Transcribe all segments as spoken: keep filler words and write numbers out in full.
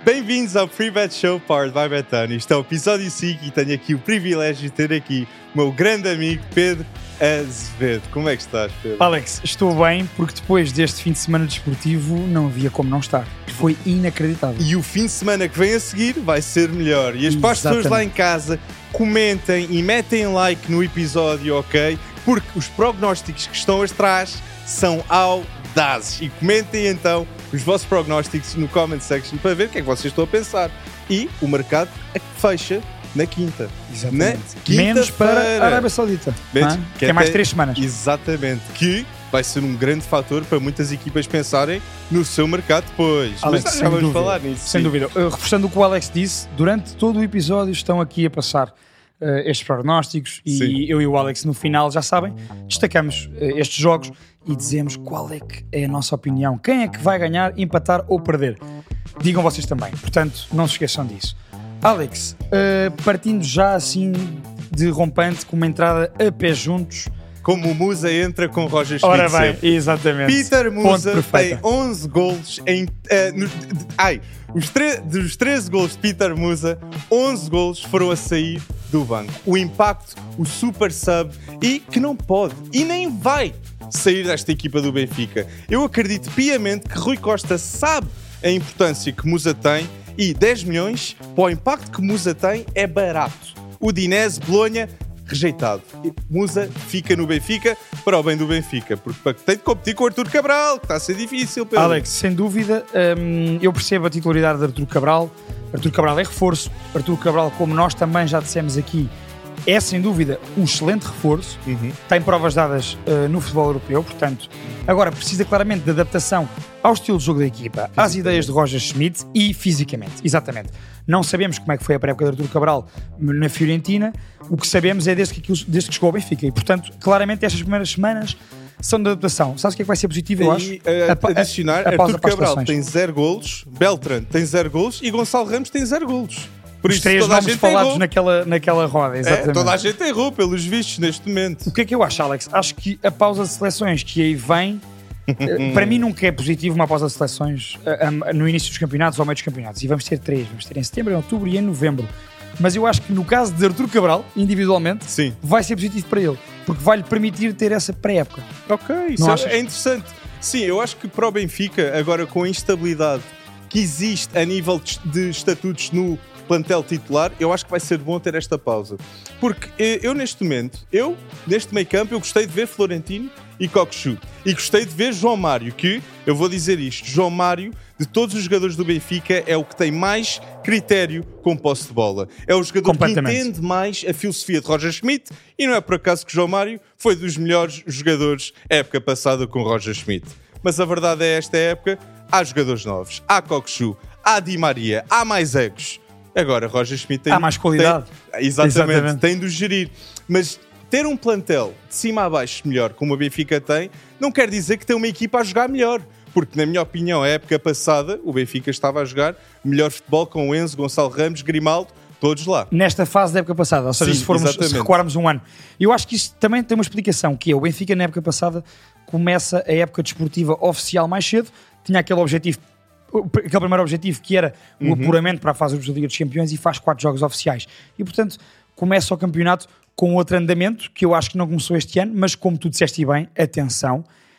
Bem-vindos ao Free Bet Show Powered by Betano. Isto é o episódio cinco e tenho aqui o privilégio de ter aqui o meu grande amigo Pedro Azevedo. Como é que estás, Pedro? Alex, estou bem porque depois deste fim de semana desportivo não havia como não estar. Foi inacreditável. E o fim de semana que vem a seguir vai ser melhor. E as pessoas lá em casa comentem e metem like no episódio, ok? Porque os prognósticos que estão atrás são audazes. E comentem então os vossos prognósticos no comment section para ver o que é que vocês estão a pensar. E o mercado fecha na quinta. Exatamente. Na quinta Menos para a Arábia Saudita. Menos, ah, que tem até, mais três semanas. Exatamente. Que vai ser um grande fator para muitas equipas pensarem no seu mercado depois. Alex, Mas já vamos dúvida, falar nisso. Sem sim. dúvida. Uh, reforçando o que o Alex disse, durante todo o episódio estão aqui a passar uh, estes prognósticos e Sim. eu e o Alex no final, já sabem, destacamos uh, estes jogos e dizemos qual é que é a nossa opinião. Quem é que vai ganhar, empatar ou perder? Digam vocês também. Portanto, não se esqueçam disso. Alex, uh, partindo já assim de rompante, com uma entrada a pé juntos. Como o Musa entra com Roger Schmidt. Ora bem, sempre. exatamente. Peter Musa tem perfeita. onze golos em... Uh, no, de, de, ai, os tre- dos treze golos de Peter Musa, onze golos foram a sair do banco. O impacto, o super sub e que não pode e nem vai sair desta equipa do Benfica. Eu acredito piamente que Rui Costa sabe a importância que Musa tem e dez milhões para o impacto que Musa tem é barato. O Udinese, Bolonha, rejeitado. Musa fica no Benfica para o bem do Benfica, porque tem de competir com o Artur Cabral, que está a ser difícil. Pedro. Alex, sem dúvida, hum, eu percebo a titularidade de Artur Cabral. Artur Cabral é reforço. Artur Cabral, como nós também já dissemos aqui, é sem dúvida um excelente reforço. Uhum. Tem provas dadas uh, no futebol europeu, portanto, agora precisa claramente de adaptação ao estilo de jogo da equipa, às ideias de Roger Schmidt e fisicamente, exatamente. Não sabemos como é que foi a pré-época de Artur Cabral na Fiorentina, o que sabemos é desde que, aquilo, desde que chegou ao Benfica e, portanto, claramente estas primeiras semanas são de adaptação. Sabes o que é que vai ser positivo, eu acho? E, uh, a, adicionar, a, a Artur Cabral tem zero golos, Beltrán tem zero golos e Gonçalo Ramos tem zero golos. Por Os isso, três toda a nomes gente falados errou. naquela, naquela roda, exatamente. É, toda a gente errou, pelos vistos, neste momento. O que é que eu acho, Alex? Acho que a pausa de seleções que aí vem, eh, para mim nunca é positivo uma pausa de seleções eh, no início dos campeonatos ou ao meio dos campeonatos. E vamos ter três, vamos ter em setembro, em outubro e em novembro. Mas eu acho que no caso de Artur Cabral, individualmente, Sim. vai ser positivo para ele, porque vai-lhe permitir ter essa pré-época. Ok, isso Não é, achas? é interessante. Sim, eu acho que para o Benfica, agora com a instabilidade que existe a nível de, de estatutos no plantel titular, eu acho que vai ser bom ter esta pausa. Porque eu, neste momento, eu, neste meio campo, eu gostei de ver Florentino e Cockchu. E gostei de ver João Mário, que, eu vou dizer isto, João Mário, de todos os jogadores do Benfica, é o que tem mais critério com posse de bola. É o jogador que entende mais a filosofia de Roger Schmidt e não é por acaso que João Mário foi dos melhores jogadores época passada com Roger Schmidt. Mas a verdade é, esta época, há jogadores novos, há Cockchu, há Di Maria, há mais egos. Agora, Roger Schmidt tem... Há mais qualidade. Tem, exatamente, exatamente, tem de os gerir. Mas ter um plantel de cima a baixo melhor, como o Benfica tem, não quer dizer que tem uma equipa a jogar melhor. Porque, na minha opinião, a época passada, o Benfica estava a jogar melhor futebol com o Enzo, Gonçalo Ramos, Grimaldo, todos lá. Nesta fase da época passada, ou seja, Sim, se, formos, se recuarmos um ano. Eu acho que isso também tem uma explicação, que é o Benfica na época passada começa a época desportiva oficial mais cedo, tinha aquele objetivo, aquele primeiro objetivo que era o uhum. apuramento para a fase da Liga dos Campeões e faz quatro jogos oficiais. E, portanto, começa o campeonato com outro andamento, que eu acho que não começou este ano, mas como tu disseste bem, atenção,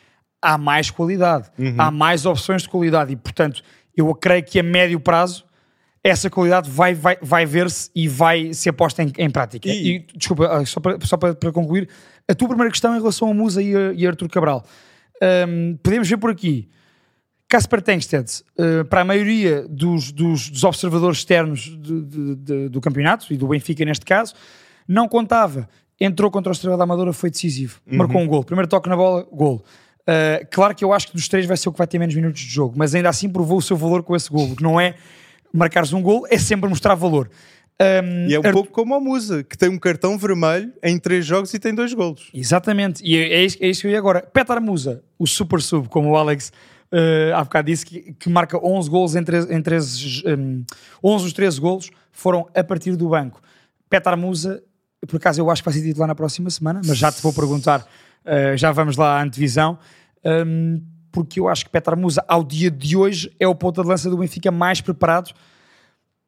há mais qualidade, uhum. há mais opções de qualidade e, portanto, eu creio que a médio prazo essa qualidade vai, vai, vai ver-se e vai ser posta em, em prática. E, e desculpa, só, para, só para, para concluir, a tua primeira questão em relação a Musa e a, e a Artur Cabral. Um, podemos ver por aqui, Kasper Tengstedt, uh, para a maioria dos, dos, dos observadores externos de, de, de, do campeonato, e do Benfica neste caso, não contava. Entrou contra o Estrela da Amadora, foi decisivo. Uhum. Marcou um gol. Primeiro toque na bola, gol. Uh, claro que eu acho que dos três vai ser o que vai ter menos minutos de jogo, mas ainda assim provou o seu valor com esse gol, que não é marcares um gol, é sempre mostrar valor. Um, e é um Ar... pouco como o Musa, que tem um cartão vermelho em três jogos e tem dois golos. Exatamente, e é, é, isso, é isso que eu ia agora. Petar Musa, o super sub, como o Alex uh, há bocado disse, que, que marca onze golos em treze, em treze, um, onze dos treze golos foram a partir do banco. Petar Musa, por acaso eu acho que vai ser titular na próxima semana, mas já te vou perguntar, uh, já vamos lá à antevisão, um, porque eu acho que Petar Musa, ao dia de hoje, é o ponta de lança do Benfica mais preparado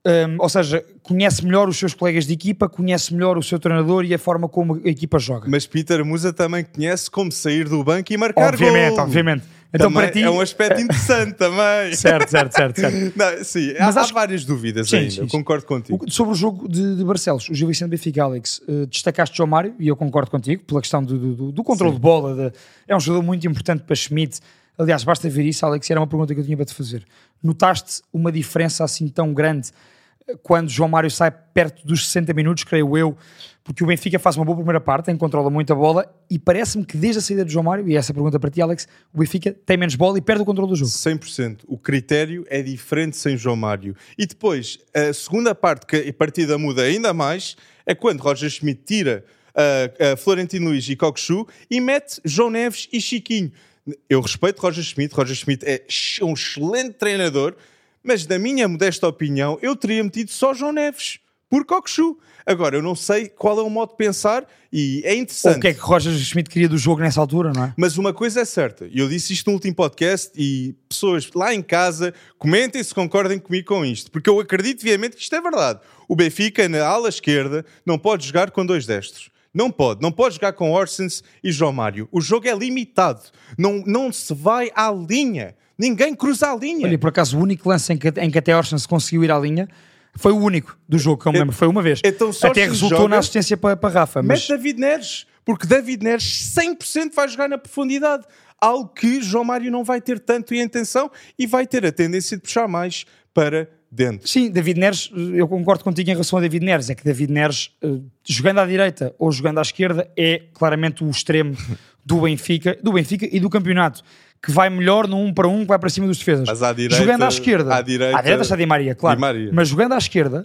Um, ou seja, conhece melhor os seus colegas de equipa, conhece melhor o seu treinador e a forma como a equipa joga. Mas Peter Musa também conhece como sair do banco e marcar obviamente, gol. Obviamente, Então, também para ti... é um aspecto interessante também. Certo, certo, certo. certo. Não, sim, Mas há, acho... há várias dúvidas sim, ainda, sim, eu concordo contigo. O, sobre o jogo de, de Barcelos, o Gil Vicente Benfica, Alex, uh, destacaste João Mário, e eu concordo contigo, pela questão do, do, do controle sim. de bola, de, é um jogador muito importante para Schmidt. Aliás, basta ver isso, Alex, era uma pergunta que eu tinha para te fazer. Notaste uma diferença assim tão grande quando João Mário sai perto dos sessenta minutos, creio eu, porque o Benfica faz uma boa primeira parte, em que controla muito a bola, e parece-me que desde a saída de João Mário, e essa pergunta para ti, Alex, o Benfica tem menos bola e perde o controle do jogo. cem por cento. O critério é diferente sem João Mário. E depois, a segunda parte, que a partida muda ainda mais, é quando Roger Schmidt tira uh, uh, Florentino Luís e Cockchu e mete João Neves e Chiquinho. Eu respeito Roger Schmidt, Roger Schmidt é um excelente treinador, mas na minha modesta opinião, eu teria metido só João Neves, por Cockchu. Agora, eu não sei qual é o modo de pensar e é interessante. Ou o que é que Roger Schmidt queria do jogo nessa altura, não é? Mas uma coisa é certa, e eu disse isto no último podcast e pessoas lá em casa comentem se concordem comigo com isto, porque eu acredito viamente que isto é verdade. O Benfica, na ala esquerda, não pode jogar com dois destros. Não pode. Não pode jogar com Orsens e João Mário. O jogo é limitado. Não, não se vai à linha. Ninguém cruza a linha. Olha, por acaso, o único lance em que, em que até Orsens conseguiu ir à linha foi o único do jogo que eu me lembro. Foi uma vez. Então, só até resultou joga, na assistência para, para Rafa. Mas... Mete David Neres. Porque David Neres cem por cento vai jogar na profundidade. Algo que João Mário não vai ter tanto em atenção e vai ter a tendência de puxar mais para dentro. Sim, David Neres, eu concordo contigo em relação a David Neres, é que David Neres, jogando à direita ou jogando à esquerda, é claramente o extremo do Benfica, do Benfica e do campeonato, que vai melhor no um para um, que vai para cima dos defesas. Mas à direita, jogando à esquerda, à direita, à direita está Di Maria, claro, Di Maria. Mas jogando à esquerda,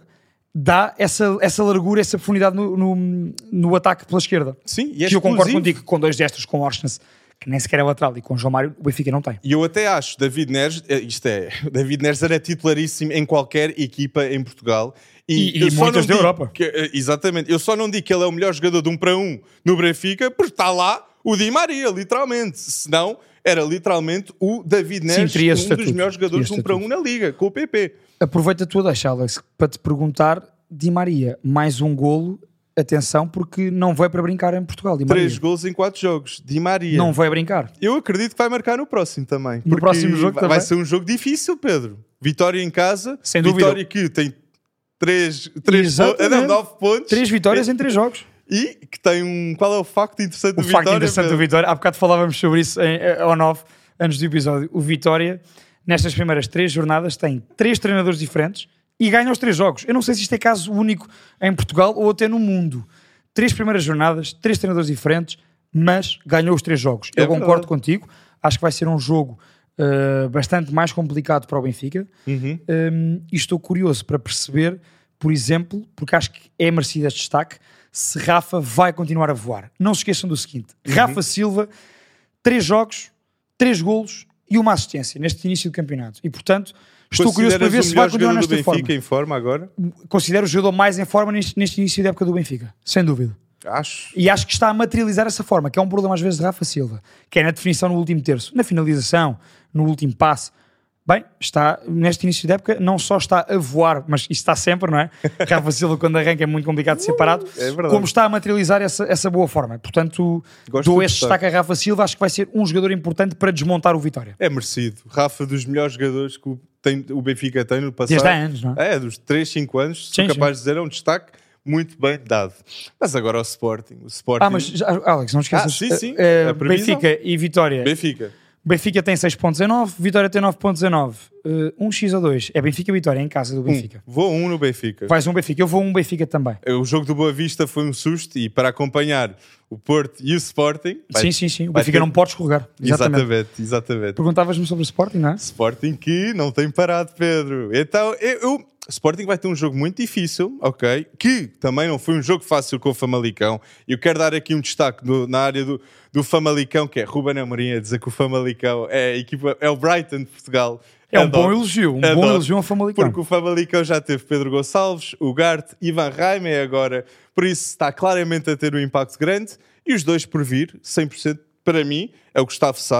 dá essa, essa largura, essa profundidade no, no, no ataque pela esquerda. Sim, e é que eu concordo contigo, que com dois destros, com Orsens, que nem sequer é lateral, e com João Mário o Benfica não tem. E eu até acho, David Neres, isto é, David Neres era titularíssimo em qualquer equipa em Portugal. E, e, e muitas da Europa. Que, exatamente. Eu só não digo que ele é o melhor jogador de um para um no Benfica, porque está lá o Di Maria, literalmente. Senão, era literalmente o David Neres, sim, um estatuto. dos melhores jogadores de um para um na Liga, com o P P. Aproveita a tua deixa, Alex, para te perguntar, Di Maria, mais um golo. Atenção, porque não vai para brincar em Portugal. Di Maria. Três golos em quatro jogos. Di Maria. Não vai brincar. Eu acredito que vai marcar no próximo também. No próximo jogo vai, também. Vai ser um jogo difícil, Pedro. Vitória em casa. Sem dúvida. Vitória que tem três, três po- não, nove pontos. Três vitórias em três jogos. E que tem um... Qual é o facto interessante o do Vitória? O facto interessante Pedro? do Vitória. Há bocado falávamos sobre isso em, ao nove, antes do episódio. O Vitória, nestas primeiras três jornadas, tem três treinadores diferentes e ganha os três jogos. Eu não sei se isto é caso único em Portugal ou até no mundo. Três primeiras jornadas, três treinadores diferentes, mas ganhou os três jogos. É Eu verdade. Concordo contigo. Acho que vai ser um jogo uh, bastante mais complicado para o Benfica. Uhum. Um, e estou curioso para perceber, por exemplo, porque acho que é merecido este destaque, se Rafa vai continuar a voar. Não se esqueçam do seguinte. Uhum. Rafa Silva, três jogos, três golos e uma assistência neste início do campeonato. E, portanto... Estou curioso para ver se vai continuar nesta Benfica forma. Em forma agora? Considero o jogador mais em forma neste, neste início da época do Benfica, sem dúvida. Acho. E acho que está a materializar essa forma, que é um problema às vezes de Rafa Silva, que é na definição no último terço, na finalização, no último passe. Bem, está neste início da época, não só está a voar, mas isso está sempre, não é? Rafa Silva, quando arranca, é muito complicado de ser parado, é verdade. Como está a materializar essa, essa boa forma. Portanto, Gosto dou este destaque a Rafa Silva, acho que vai ser um jogador importante para desmontar o Vitória. É merecido. Rafa, dos melhores jogadores que o, tem, o Benfica tem no passado. Desde há anos, não é? É, dos três, cinco anos, sim, sou capaz sim. de dizer, é um destaque muito bem dado. Mas agora o Sporting. O Sporting... Ah, mas Alex, não esqueças. Ah, sim, sim. Uh, uh, Benfica e Vitória. Benfica. Benfica tem seis ponto dezanove, Vitória tem nove ponto dezanove. Uh, um x a dois. É Benfica-Vitória em casa do Benfica. Um. Vou um no Benfica. Vais um Benfica. Eu vou um Benfica também. O jogo do Boa Vista foi um susto e para acompanhar o Porto e o Sporting... Vai, sim, sim, sim. O Benfica ter... não pode escorregar. Exatamente. Exatamente, exatamente. Perguntavas-me sobre o Sporting, não é? Sporting que não tem parado, Pedro. Então, eu... eu... Sporting vai ter um jogo muito difícil, ok? Que também não foi um jogo fácil com o Famalicão. Eu quero dar aqui um destaque no, na área do, do Famalicão, que é Ruben Amorim a dizer que o Famalicão é a equipa, é o Brighton de Portugal. É um bom elogio, um bom elogio ao Famalicão. Porque o Famalicão já teve Pedro Gonçalves, o Garte, Ivan Raime agora, por isso está claramente a ter um impacto grande. E os dois por vir, cem por cento para mim, é o Gustavo Sá,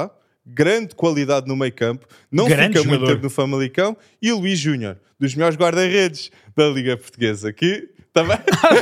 grande qualidade no meio campo, não Grande fica jogador. muito tempo no Famalicão, e o Luís Júnior, dos melhores guarda-redes da Liga Portuguesa, que também...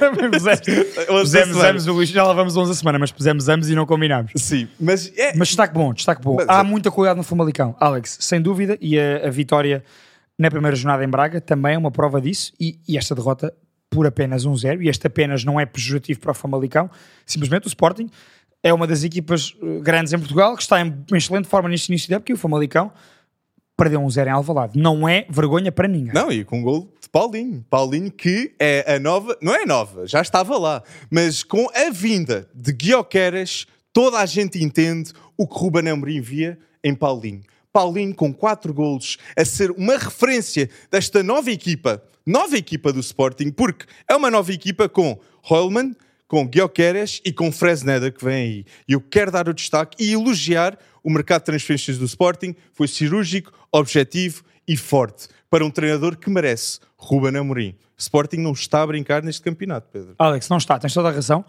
pusemos ambos o Luís, já lá vamos onze a semana, mas pusemos ambos e não combinámos. Sim, mas... É... Mas destaque bom, destaque bom. Mas, Há é... muita qualidade no Famalicão, Alex, sem dúvida, e a, a vitória na primeira jornada em Braga também é uma prova disso, e, e esta derrota por apenas um zero, e este apenas não é pejorativo para o Famalicão, simplesmente o Sporting é uma das equipas grandes em Portugal que está em excelente forma neste início de época, e o Famalicão perdeu um zero em Alvalade. Não é vergonha para ninguém. Não, e com um gol de Paulinho. Paulinho que é a nova... Não é nova, já estava lá. Mas com a vinda de Gyökeres, toda a gente entende o que Ruben Amorim via em Paulinho. Paulinho com quatro golos a ser uma referência desta nova equipa. Nova equipa do Sporting, porque é uma nova equipa com Holman, com Gyökeres e com Fresneda que vem aí. E eu quero dar o destaque e elogiar o mercado de transferências do Sporting. Foi cirúrgico, objetivo e forte para um treinador que merece, Ruben Amorim. Sporting não está a brincar neste campeonato, Pedro. Alex, não está, tens toda a razão.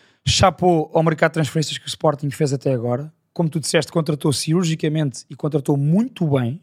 Chapou ao mercado de transferências que o Sporting fez até agora. Como tu disseste, contratou cirurgicamente e contratou muito bem.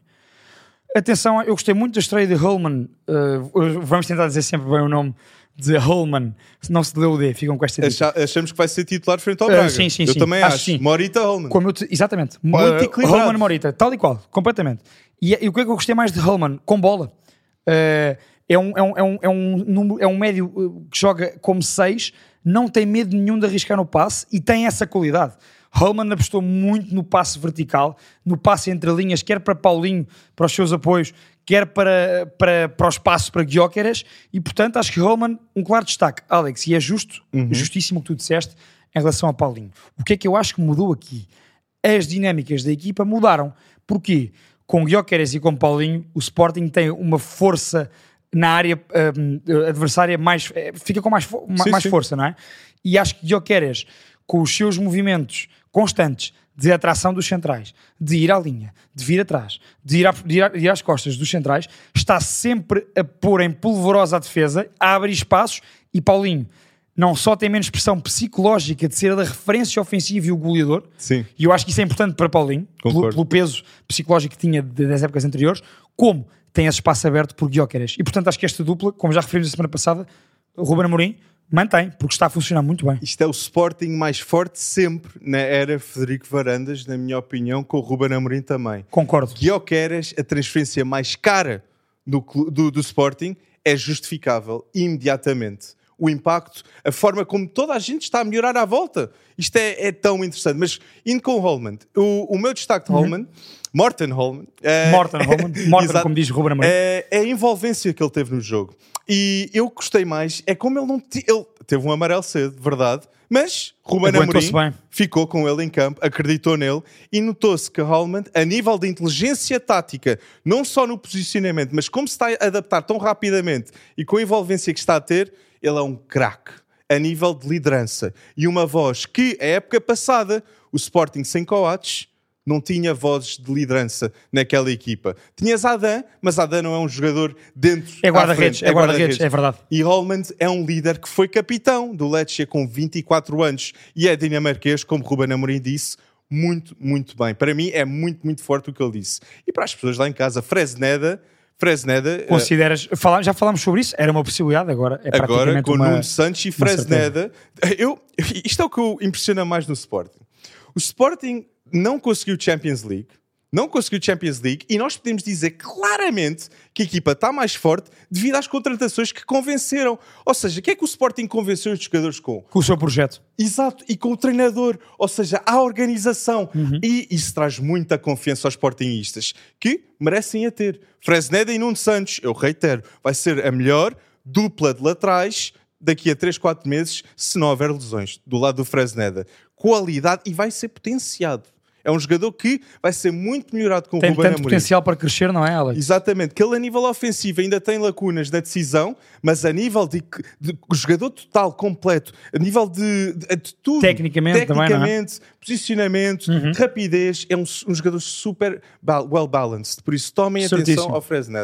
Atenção, eu gostei muito da estreia de Holman. Uh, vamos tentar dizer sempre bem o nome de Holman, se não se deu o D, ficam com esta dica. Achamos que vai ser titular frente ao Braga. Uh, sim, sim, eu sim. também acho. acho. Sim. Morita Holman. Como eu te, exatamente. Muito equilibrado. Holman Morita, tal e qual, completamente. E, e o que é que eu gostei mais de Holman? Com bola. Uh, é, um, é, um, é, um, é, um número, é um médio que joga como seis, não tem medo nenhum de arriscar no passe e tem essa qualidade. Holman apostou muito no passe vertical, no passe entre linhas, quer para Paulinho, para os seus apoios, quer para, para, para o espaço para Gyökeres, e portanto acho que Holman, um claro destaque. Alex, e é justo, uhum. justíssimo o que tu disseste em relação a Paulinho. O que é que eu acho que mudou aqui? As dinâmicas da equipa mudaram. Porquê? Com Gyökeres e com Paulinho, o Sporting tem uma força na área um, adversária, mais, fica com mais, sim, mais sim. força, não é? E acho que Gyökeres, com os seus movimentos constantes de atração dos centrais, de ir à linha, de vir atrás, de ir, a, de, ir a, de ir às costas dos centrais, está sempre a pôr em polvorosa a defesa, a abrir espaços, e Paulinho não só tem menos pressão psicológica de ser a da referência ofensiva e o goleador, sim. e eu acho que isso é importante para Paulinho, pelo, pelo peso psicológico que tinha das épocas anteriores, como tem esse espaço aberto por Gyökeres. E portanto acho que esta dupla, como já referimos a semana passada, o Ruben Amorim mantém, porque está a funcionar muito bem. Isto é o Sporting mais forte sempre na era Frederico Varandas, na minha opinião, com o Ruben Amorim também. Concordo. Gyökeres, a transferência mais cara do, do, do Sporting, é justificável imediatamente. O impacto, a forma como toda a gente está a melhorar à volta. Isto é, é tão interessante. Mas indo com o Holman, o, o meu destaque de Holman, uhum. Morten Holman, é, Morten Holman, Morten, como diz Ruben Amorim, é, é a envolvência que ele teve no jogo. E eu gostei mais, é como ele não t- ele teve um amarelo cedo, verdade, mas Ruben Amorim ficou com ele em campo, acreditou nele e notou-se que Holman, a nível de inteligência tática, não só no posicionamento, mas como se está a adaptar tão rapidamente e com a envolvência que está a ter, ele é um craque a nível de liderança. E uma voz que, a época passada, o Sporting sem Coates não tinha vozes de liderança naquela equipa. Tinhas Adam, mas Adam não é um jogador dentro é guarda-redes, é guarda-redes, é verdade. E Holman é um líder que foi capitão do Lecce com vinte e quatro anos e é dinamarquês, como Ruben Amorim disse, muito, muito bem. Para mim é muito, muito forte o que ele disse. E para as pessoas lá em casa, Fresneda, Fresneda... Consideras, uh, já falámos sobre isso, era uma possibilidade, agora é praticamente agora, com uma... Nuno Santos e Fresneda, eu, isto é o que me impressiona mais no Sporting. O Sporting não conseguiu Champions League, não conseguiu Champions League e nós podemos dizer claramente que a equipa está mais forte devido às contratações que convenceram. Ou seja, o que é que o Sporting convenceu os jogadores com? Com o seu projeto. Exato, e com o treinador, ou seja, a organização. Uhum. E isso traz muita confiança aos sportinguistas, que merecem a ter. Fresneda e Nuno Santos, eu reitero, vai ser a melhor dupla de laterais daqui a três, quatro meses, se não houver lesões, do lado do Fresneda. Qualidade e vai ser potenciado. É um jogador que vai ser muito melhorado com tem o Ruben Amorim. Tem tanto potencial para crescer, não é, Alex? Exatamente. Que ele a nível ofensivo ainda tem lacunas na decisão, mas a nível de, de, de jogador total, completo, a nível de, de, de tudo. Tecnicamente, tecnicamente também, não é? Posicionamento, uhum. rapidez. É um, um jogador super well balanced. Por isso, tomem Certíssimo. atenção ao Fresneda.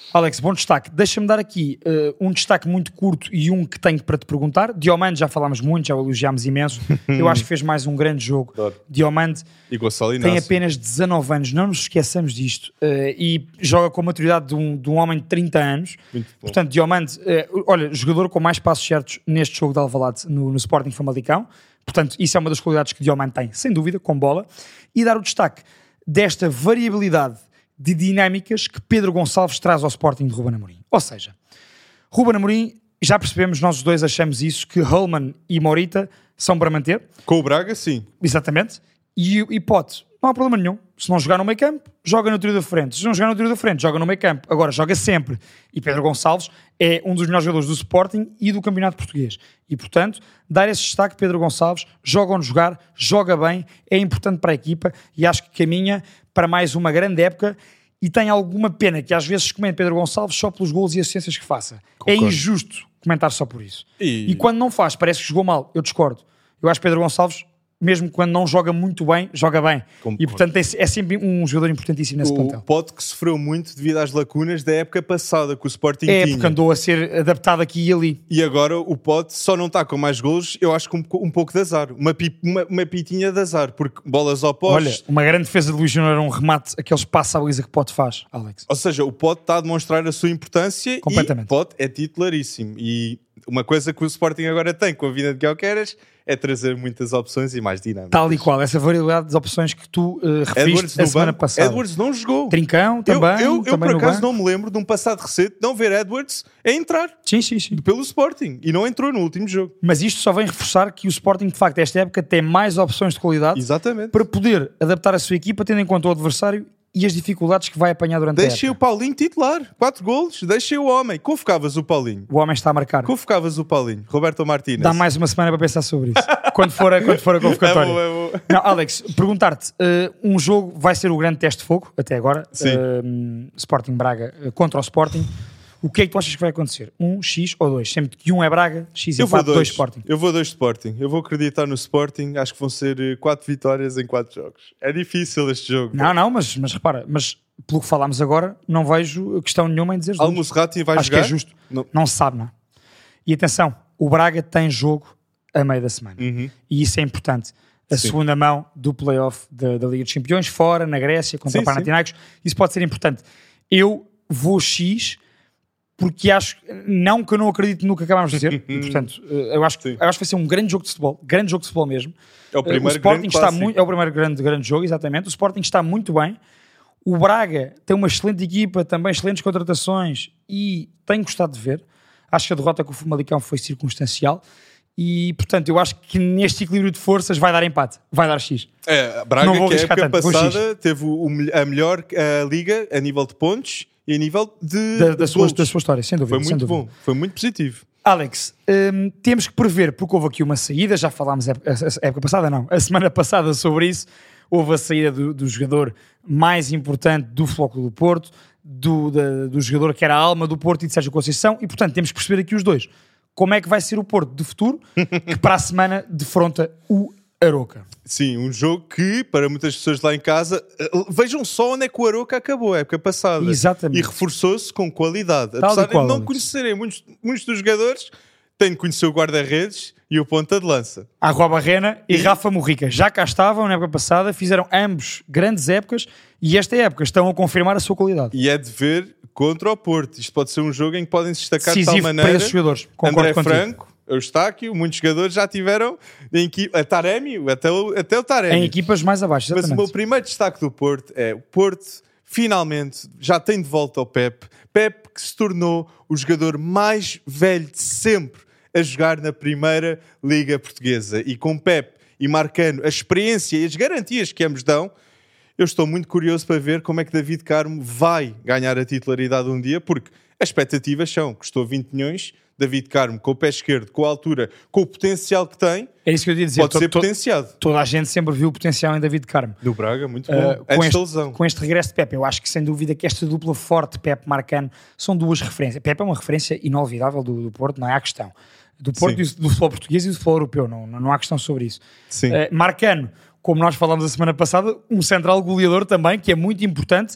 Alex, bom destaque. Deixa-me dar aqui uh, um destaque muito curto e um que tenho para te perguntar. Diomande, já falámos muito, já o elogiámos imenso. Eu acho que fez mais um grande jogo. Claro. Diomande tem apenas dezanove anos, não nos esqueçamos disto. Uh, e joga com a maturidade de um, de um homem de trinta anos. Portanto, Diomande, uh, olha, jogador com mais passos certos neste jogo de Alvalade no, no Sporting Famalicão. Portanto, isso é uma das qualidades que Diomande tem, sem dúvida, com bola. E dar o destaque desta variabilidade de dinâmicas que Pedro Gonçalves traz ao Sporting de Ruben Amorim. Ou seja, Ruben Amorim, já percebemos, nós os dois achamos isso, que Holman e Morita são para manter. Com o Braga, sim. Exatamente. E, e Pote, não há problema nenhum. Se não jogar no meio campo, joga no trio da frente. Se não jogar no trio da frente, joga no meio campo. Agora, joga sempre. E Pedro Gonçalves é um dos melhores jogadores do Sporting e do Campeonato Português. E, portanto, dar esse destaque, Pedro Gonçalves, joga onde jogar, joga bem, é importante para a equipa e acho que caminha para mais uma grande época e tem alguma pena que às vezes comente Pedro Gonçalves só pelos golos e assistências que faça. Concordo. É injusto comentar só por isso. E... e quando não faz, parece que jogou mal. Eu discordo. Eu acho que Pedro Gonçalves, mesmo quando não joga muito bem, joga bem. Concordo. E, portanto, é, é sempre um jogador importantíssimo nesse o plantel. O Pote que sofreu muito devido às lacunas da época passada que o Sporting é, tinha. É, porque andou a ser adaptado aqui e ali. E agora o Pote só não está com mais golos, eu acho que um, um pouco de azar. Uma, pi, uma, uma pitinha de azar, porque bolas opostas... Olha, uma grande defesa de Luís Júnior era um remate, aqueles passos à baliza que o Pote faz, Alex. Ou seja, o Pote está a demonstrar a sua importância e o Pote é titularíssimo. E uma coisa que o Sporting agora tem com a vinda de Guilherme é trazer muitas opções e mais dinâmicas. Tal e qual, essa variedade de opções que tu uh, referiste a semana banco. passada. Edwards não jogou. Trincão também. Eu, eu, também eu por acaso banco. não me lembro de um passado recente não ver Edwards a entrar sim, sim, sim. pelo Sporting e não entrou no último jogo. Mas isto só vem reforçar que o Sporting, de facto, esta época tem mais opções de qualidade. Exatamente. Para poder adaptar a sua equipa tendo em conta o adversário e as dificuldades que vai apanhar durante deixei a época. Deixei o Paulinho titular. Quatro golos. Deixei o homem. Convocavas o Paulinho. O homem está a marcar. Convocavas o Paulinho. Roberto Martínez. Dá mais uma semana para pensar sobre isso. quando, for a, quando for a convocatória. É bom, é bom. Não, Alex, perguntar-te. Uh, um jogo vai ser o grande teste de fogo, até agora. Sim. Uh, Sporting Braga uh, contra o Sporting. O que é que tu achas que vai acontecer? Um, X ou dois? Sempre que um é Braga, X empate, dois. dois Sporting. Eu vou dois Sporting. Eu vou acreditar no Sporting. Acho que vão ser quatro vitórias em quatro jogos. É difícil este jogo. Não, não, mas, mas repara, mas pelo que falámos agora, não vejo questão nenhuma em dizer Al Musrati vai Acho jogar? Acho que é justo. Não. não se sabe, não. E atenção, o Braga tem jogo a meio da semana. Uhum. E isso é importante. A sim. segunda mão do play-off da, da Liga dos Campeões, fora, na Grécia, contra sim, o Panathinaikos. Isso pode ser importante. Eu vou X... porque acho, não que eu não acredito no que acabámos de dizer, e, portanto, eu acho, que, eu acho que vai ser um grande jogo de futebol, grande jogo de futebol mesmo. É o primeiro o Sporting grande está muito, é o primeiro grande, grande jogo, exatamente. O Sporting está muito bem. O Braga tem uma excelente equipa, também excelentes contratações e tenho gostado de ver. Acho que a derrota com o Famalicão foi circunstancial e, portanto, eu acho que neste equilíbrio de forças vai dar empate, vai dar X. É, Braga, que a época passada teve o, a melhor a liga a nível de pontos e a nível de, da, da, de sua, da sua história, sem dúvida. Foi muito sem bom, dúvida. Foi muito positivo. Alex, hum, temos que prever, porque houve aqui uma saída, já falámos a época, a época passada, não, a semana passada sobre isso, houve a saída do, do jogador mais importante do Futebol Clube do Porto, do, da, do jogador que era a alma do Porto e de Sérgio Conceição, e portanto temos que perceber aqui os dois. Como é que vai ser o Porto de futuro, que para a semana defronta o Aroca. Sim, um jogo que, para muitas pessoas lá em casa, vejam só onde é que o Aroca acabou a época passada. Exatamente. E reforçou-se com qualidade. Tal Apesar qual, de não Alex. conhecerem muitos, muitos dos jogadores, têm de conhecer o guarda-redes e o ponta de lança. Arroa Barrena e, e Rafa Morrica. Já cá estavam na época passada, fizeram ambos grandes épocas e esta época estão a confirmar a sua qualidade. E é de ver contra o Porto. Isto pode ser um jogo em que podem se destacar decisivo de tal maneira. Para esses jogadores. Concordo André contigo. Franco, Eustáquio, muitos jogadores já tiveram em equipa, a Taremi, até o, até o Taremi. Em equipas mais abaixo, exatamente. Mas o meu primeiro destaque do Porto é o Porto finalmente já tem de volta o Pep. Pep que se tornou o jogador mais velho de sempre a jogar na Primeira Liga Portuguesa. E com Pep e marcando a experiência e as garantias que ambos dão, eu estou muito curioso para ver como é que David Carmo vai ganhar a titularidade um dia, porque as expectativas são, custou vinte milhões, David Carmo com o pé esquerdo, com a altura, com o potencial que tem, é isso que eu ia dizer. Pode to, ser to, potenciado. Toda a gente sempre viu o potencial em David Carmo. Do Braga, muito bom. Uh, com, este, com este regresso de Pepe, eu acho que sem dúvida que esta dupla forte, Pepe Marcano, são duas referências. Pepe é uma referência inolvidável do, do Porto, não é a questão. Do Porto, e do futebol português e do futebol europeu, não, não há questão sobre isso. Sim. Uh, Marcano, como nós falámos a semana passada, um central goleador também, que é muito importante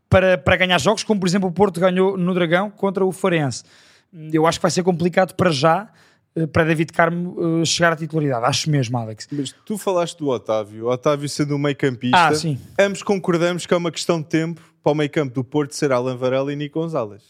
para, para ganhar jogos, como por exemplo o Porto ganhou no Dragão contra o Farense. Eu acho que vai ser complicado para já, para David Carmo uh, chegar à titularidade. Acho mesmo, Alex. Mas tu falaste do Otávio. O Otávio sendo um meio-campista. Ah, sim. Ambos concordamos que é uma questão de tempo para o meio-campo do Porto ser Alan Varela e Nico Gonzalez.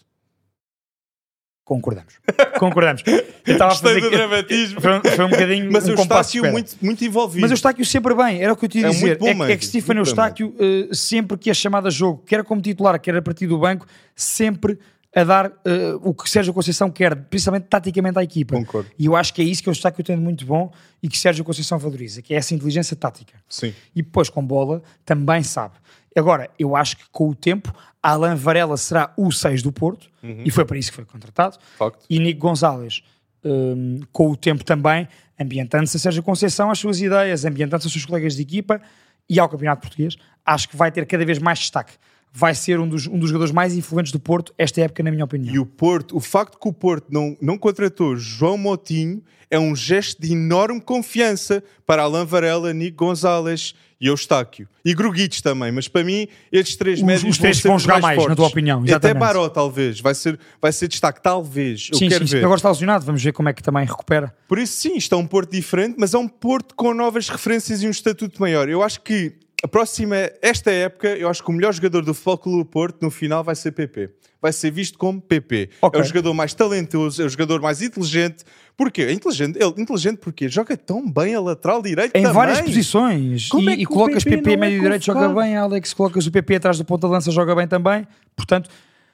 Concordamos. Concordamos. Eu estava a fazer do dramatismo. Foi, foi um bocadinho Mas um o Eustáquio muito, muito envolvido. Mas o Eustáquio sempre bem. Era o que eu te ia é dizer. Muito bom, é, é que Stephen Eustáquio, uh, sempre que é chamado a jogo, quer como titular, quer a partir do banco, sempre a dar uh, o que Sérgio Conceição quer, principalmente taticamente à equipa. Concordo. E eu acho que é isso que o Eustáquio tem de muito bom e que Sérgio Conceição valoriza, que é essa inteligência tática. Sim. E depois com bola também sabe. Agora, eu acho que com o tempo Alan Varela será o seis do Porto, uhum. e foi para isso que foi contratado. Facto. E Nico Gonzalez, um, com o tempo também, ambientando-se a Sérgio Conceição as suas ideias, ambientando-se aos seus colegas de equipa e ao Campeonato Português, acho que vai ter cada vez mais destaque. Vai ser um dos, um dos jogadores mais influentes do Porto esta época, na minha opinião. E o Porto, o facto que o Porto não, não contratou João Moutinho é um gesto de enorme confiança para Alan Varela, Nico Gonzalez e Eustáquio. E Gruguites também, mas para mim estes três os, médios os três vão, vão ser jogar mais, mais, fortes. Na tua opinião. Exatamente. Até Baró, talvez. Vai ser, vai ser destaque, talvez. Eu sim, quero sim, ver. Agora está lesionado, vamos ver como é que também recupera. Por isso sim, isto é um Porto diferente, mas é um Porto com novas referências e um estatuto maior. Eu acho que a próxima, esta época, eu acho que o melhor jogador do Futebol Clube do Porto no final vai ser P P. Vai ser visto como P P. Okay. É o jogador mais talentoso, é o jogador mais inteligente. Porquê? É inteligente. Ele, inteligente porque joga tão bem a lateral direito em também. várias posições. Como e, é que e colocas P P, P P médio é direito, joga bem, Alex. Colocas o P P atrás do ponta-lança, joga bem também. Portanto,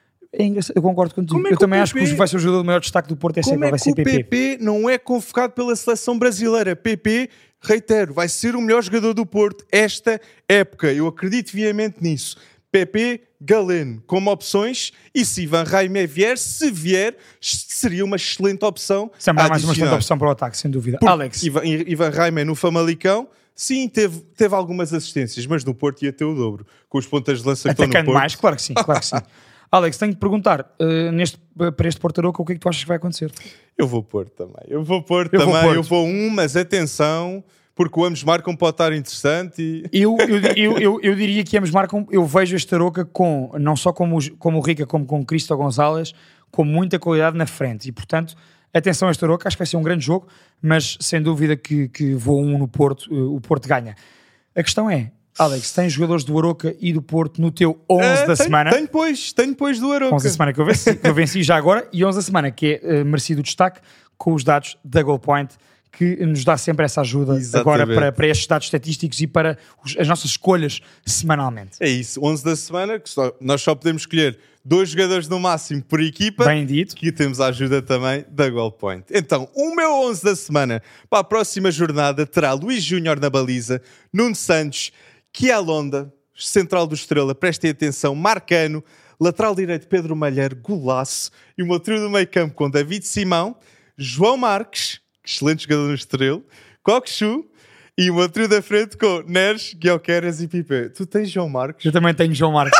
é engraçado. Eu concordo contigo. É eu também acho que vai ser o jogador de maior destaque do Porto. É Como sempre, é vai ser que o P P. P P não é convocado pela seleção brasileira? P P, reitero, vai ser o melhor jogador do Porto esta época. Eu acredito viamente nisso. P P, Galeno como opções, e se Ivan Raimé vier, se vier, seria uma excelente opção. Sempre mais uma excelente opção para o ataque, sem dúvida. Porque Alex. Ivan, Ivan Raimé no Famalicão, sim, teve, teve algumas assistências, mas no Porto ia ter o dobro, com os pontas de lança que estão no Porto. Atacando mais, claro que sim, claro que sim. Alex, tenho de perguntar, uh, neste, para este Porto Aroca, o que é que tu achas que vai acontecer? Eu vou Porto também, eu vou Porto eu também, vou Porto. eu vou um, mas atenção... Porque o ambos marcam pode estar interessante e... eu, eu, eu, eu, eu diria que ambos marcam. Eu vejo este Aroca com, não só como, como o Rica, como com o Cristo Gonzalez, com muita qualidade na frente. E portanto, atenção a este Aroca, acho que vai ser um grande jogo, mas sem dúvida que, que vou um no Porto, o Porto ganha. A questão é, Alex, tens jogadores do Aroca e do Porto no teu onze é, da tenho, semana? Tenho pois, tenho pois do Aroca. onze da semana que eu venci, que eu venci já agora, e onze da semana que é uh, merecido destaque com os dados da Goal Point, que nos dá sempre essa ajuda. Exatamente. Agora para, para estes dados estatísticos e para os, as nossas escolhas semanalmente. É isso, onze da semana, que só, nós só podemos escolher dois jogadores no máximo por equipa. Bem dito. Que temos a ajuda também da Goal Point. Então, o meu onze da semana para a próxima jornada terá Luís Júnior na baliza, Nuno Santos, Kialonda, central do Estrela, prestem atenção, Marcano, lateral direito Pedro Malheiro, golaço, e o meu trio do meio campo com David Simão, João Marques, excelente jogador no Estrela, Coxu, e o meu trio da frente com Neres, Guioqueras e Pipe. Tu tens João Marques? Eu também tenho João Marques.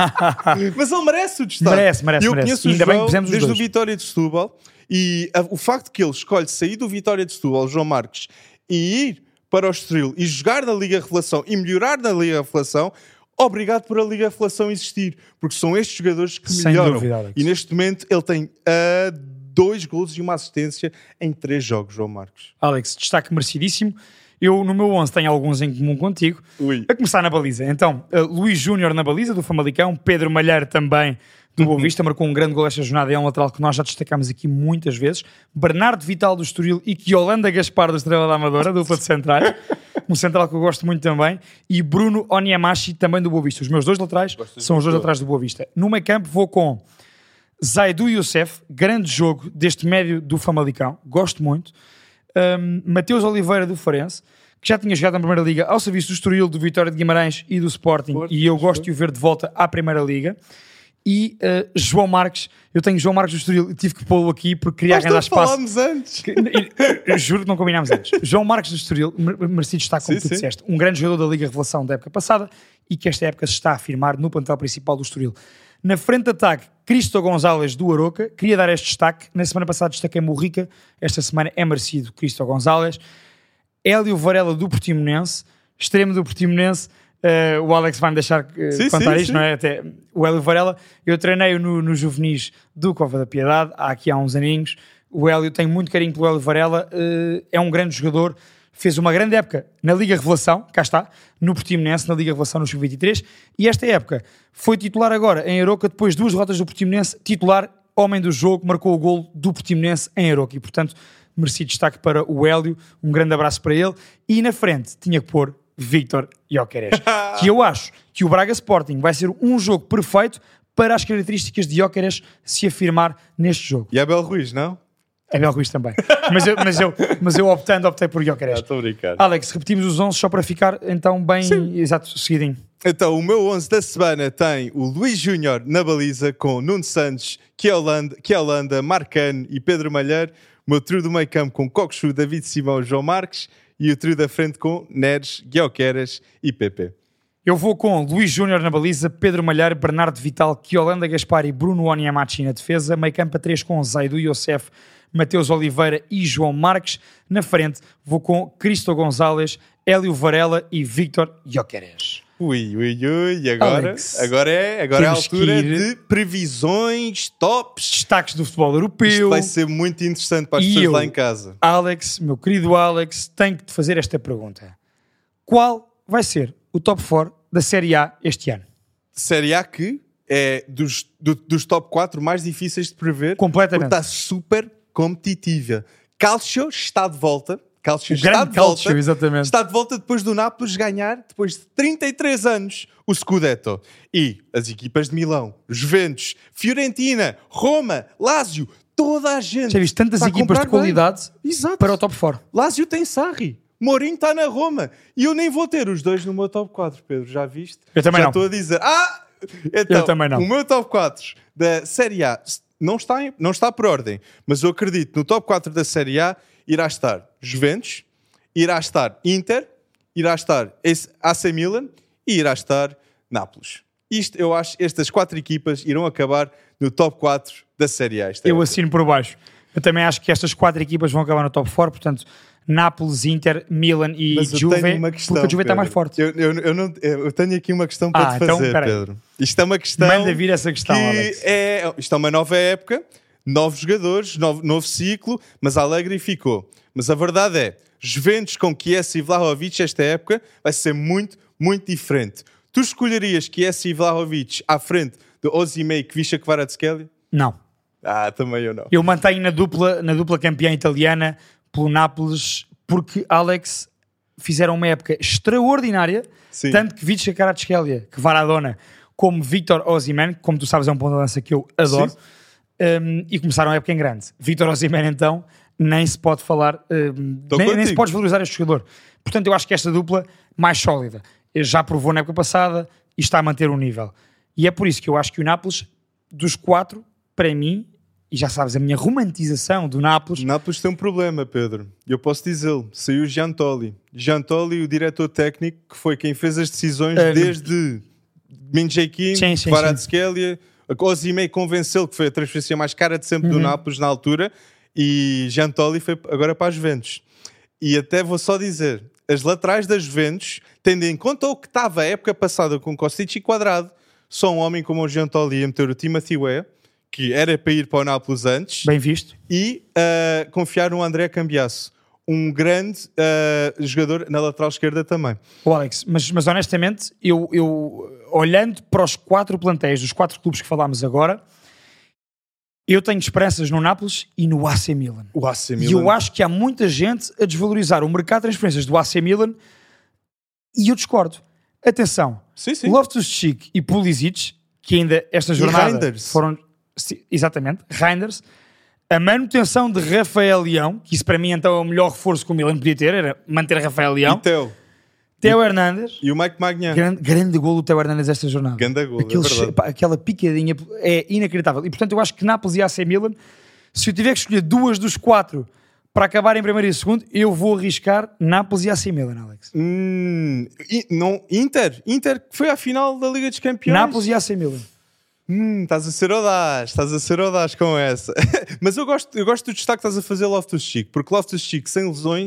Mas ele merece o destaque. Merece, merece, eu merece. conheço o Ainda João bem que fizemos desde os o Vitória de Setúbal, e a, o facto que ele escolhe sair do Vitória de Setúbal, João Marques, e ir para o Estoril e jogar na Liga Revelação e melhorar na Liga Revelação, obrigado por a Liga Revelação existir, porque são estes jogadores que Sem melhoram. Dúvida, Alex. E neste momento ele tem a uh, dois golos e uma assistência em três jogos, João Marques. Alex, destaque merecidíssimo. Eu, no meu onze, tenho alguns em comum contigo. Ui. A começar na baliza. Então, uh, Luís Júnior na baliza, do Famalicão. Pedro Malheiro também, do Boa Vista. Marcou um grande gol esta jornada. É um lateral que nós já destacámos aqui muitas vezes. Bernardo Vital, do Estoril. E Yolanda Gaspar, do Estrela da Amadora, dupla de centrais. Um central que eu gosto muito também. E Bruno Onyemachi, também do Boa Vista. Os meus dois laterais Gosto são os dois laterais do Boa Vista. No meio campo vou com Zaidu Youssef, grande jogo deste médio do Famalicão, gosto muito. Um, Mateus Oliveira do Farense, que já tinha jogado na Primeira Liga ao serviço do Estoril, do Vitória de Guimarães e do Sporting, Porto, e eu gosto de o ver de volta à Primeira Liga. E uh, João Marques, eu tenho João Marques do Estoril, tive que pô-lo aqui porque queria Nós arranjar espaço. falámos antes. Que, eu juro que não combinámos antes. João Marques do Estoril, merecido destaque, como sim, tu sim. disseste, um grande jogador da Liga Revelação da época passada e que esta época se está a afirmar no plantel principal do Estoril. Na frente de ataque, Cristo Gonzalez do Aroca. Queria dar este destaque. Na semana passada destaquei-me o Rica. Esta semana é merecido Cristo Gonzalez. Hélio Varela do Portimonense. Extremo do Portimonense. Uh, o Alex vai-me deixar uh, sim, contar sim, isto, sim. não é? Até o Hélio Varela, eu treinei-o no, no juvenis do Cova da Piedade, há aqui há uns aninhos. O Hélio, tenho muito carinho pelo Hélio Varela, uh, é um grande jogador, fez uma grande época na Liga Revelação, cá está, no Portimonense, na Liga Revelação no sub vinte e três, e esta época foi titular agora em Aroca, depois de duas derrotas do Portimonense, titular, homem do jogo, marcou o golo do Portimonense em Aroca, e portanto, merecido destaque para o Hélio, um grande abraço para ele, e na frente tinha que pôr Víctor Gyökeres, que eu acho que o Braga Sporting vai ser um jogo perfeito para as características de Gyökeres se afirmar neste jogo. E Abel Ruiz, não? Abel Ruiz também. Mas eu, mas eu, mas eu optando, optei por Gyökeres. Estou a brincar. Alex, repetimos os onze só para ficar então bem, Sim. exato, seguidinho. Então, o meu onze da semana tem o Luís Júnior na baliza com Nuno Santos, Kielanda, Kielanda, Marcano e Pedro Malheiro. O meu trio do meio campo com Coxu, David Simão e João Marques. E o trio da frente com Neres, Gyökeres e Pepe. Eu vou com Luís Júnior na baliza, Pedro Malheiro, Bernardo Vital, Kiolanda Gaspar e Bruno Onyemachi na defesa. Meio campo a três com Zaidu Youssef, Mateus Oliveira e João Marques. Na frente vou com Cristo Gonzalez, Hélio Varela e Víctor Gyökeres. Ui, ui, ui, agora, Alex, agora é, agora é a altura de previsões, tops, destaques do futebol europeu. Isto vai ser muito interessante para as e pessoas eu, lá em casa. Alex, meu querido Alex, tenho que te fazer esta pergunta. Qual vai ser o top quatro da Série A este ano? Série A que é dos, do, dos top quatro mais difíceis de prever. Completamente. Porque está super competitiva. Calcio está de volta. Calcio o está grande de volta. Calcio, exatamente. Está de volta depois do Nápoles ganhar, depois de trinta e três anos, o Scudetto. E as equipas de Milão, Juventus, Fiorentina, Roma, Lazio, toda a gente. Já viste tantas equipas de qualidade para o top quatro. Lazio tem Sarri. Mourinho está na Roma. E eu nem vou ter os dois no meu top quatro, Pedro. Já viste? Eu também Já não. estou a dizer. Ah! Então, eu também não. O meu top quatro da Série A não está, em, não está por ordem, mas eu acredito no top quatro da Série A irá estar Juventus, irá estar Inter, irá estar A C Milan e irá estar Nápoles. Isto, eu acho, estas quatro equipas irão acabar no top quatro da Série A. Eu assino por baixo. Eu também acho que estas quatro equipas vão acabar no top quatro, portanto, Nápoles, Inter, Milan e Mas eu Juve, tenho uma questão, porque a Juve está mais forte. Eu, eu, eu, não, eu tenho aqui uma questão para ah, te fazer, então, Pedro. Isto é uma questão... Manda vir essa questão, que Alex. É, isto é uma nova época, novos jogadores, novo, novo ciclo, mas Allegri ficou. Mas a verdade é, Juventus com Chiesa e Vlahovic esta época vai ser muito, muito diferente. Tu escolherias Chiesa e Vlahovic à frente de Osimhen e Kvisha Kvaratskhelia? Não. Ah, também eu não. Eu mantenho na dupla, na dupla campeã italiana pelo Nápoles, porque, Alex, fizeram uma época extraordinária, Sim. tanto que Kvisha Kvaratskhelia, que Varadona, como Victor Osimhen, que, como tu sabes é um ponto de lança que eu adoro, um, e começaram a época em grande. Victor Osimhen, então, nem se pode falar, um, nem, nem se pode valorizar este jogador. Portanto, eu acho que esta dupla mais sólida já provou na época passada e está a manter o nível. E é por isso que eu acho que o Nápoles, dos quatro, para mim, e já sabes, a minha romantização do Nápoles... O Nápoles tem um problema, Pedro. Eu posso dizê-lo. Saiu o Giantoli. Giantoli, o diretor técnico, que foi quem fez as decisões um, desde Mindjekin, Kvaratskhelia, Osimhen convenceu que foi a transferência mais cara de sempre uhum. do Nápoles na altura, e Giantoli foi agora para as Juventus. E até vou só dizer, as laterais das Juventus, tendo em conta o que estava a época passada com Kostic e Quadrado, só um homem como o Giantoli ia meter o Timothy Weah, que era para ir para o Nápoles antes. Bem visto. E uh, confiar no André Cambiasso, um grande uh, jogador na lateral esquerda também. O Alex, mas, mas honestamente, eu, eu olhando para os quatro plantéis dos quatro clubes que falámos agora, eu tenho esperanças no Nápoles e no A C Milan. O A C Milan. E eu acho que há muita gente a desvalorizar o mercado de transferências do A C Milan e eu discordo. Atenção, sim, sim. Loftus-Cheek e Pulisic, que ainda esta jornada foram... Exatamente, Reinders. A manutenção de Rafael Leão, que isso para mim então é o melhor reforço que o Milan podia ter, era manter Rafael Leão. E Teo. Teo Hernandes. E o Mike Maignan. Grande, grande golo do Teo Hernandes esta jornada. Grande golo, Aquele, é verdade. pá, aquela picadinha é inacreditável. E portanto eu acho que Nápoles e A C Milan, se eu tiver que escolher duas dos quatro para acabar em primeiro e segundo, eu vou arriscar Nápoles e A C Milan, Alex. Hum, não, Inter. Inter que foi à final da Liga dos Campeões. Nápoles e A C Milan. Hum, estás a ser audaz, estás a ser audaz com essa. Mas eu gosto, eu gosto do destaque que estás a fazer Loftus-Cheek, porque Loftus-Cheek sem lesões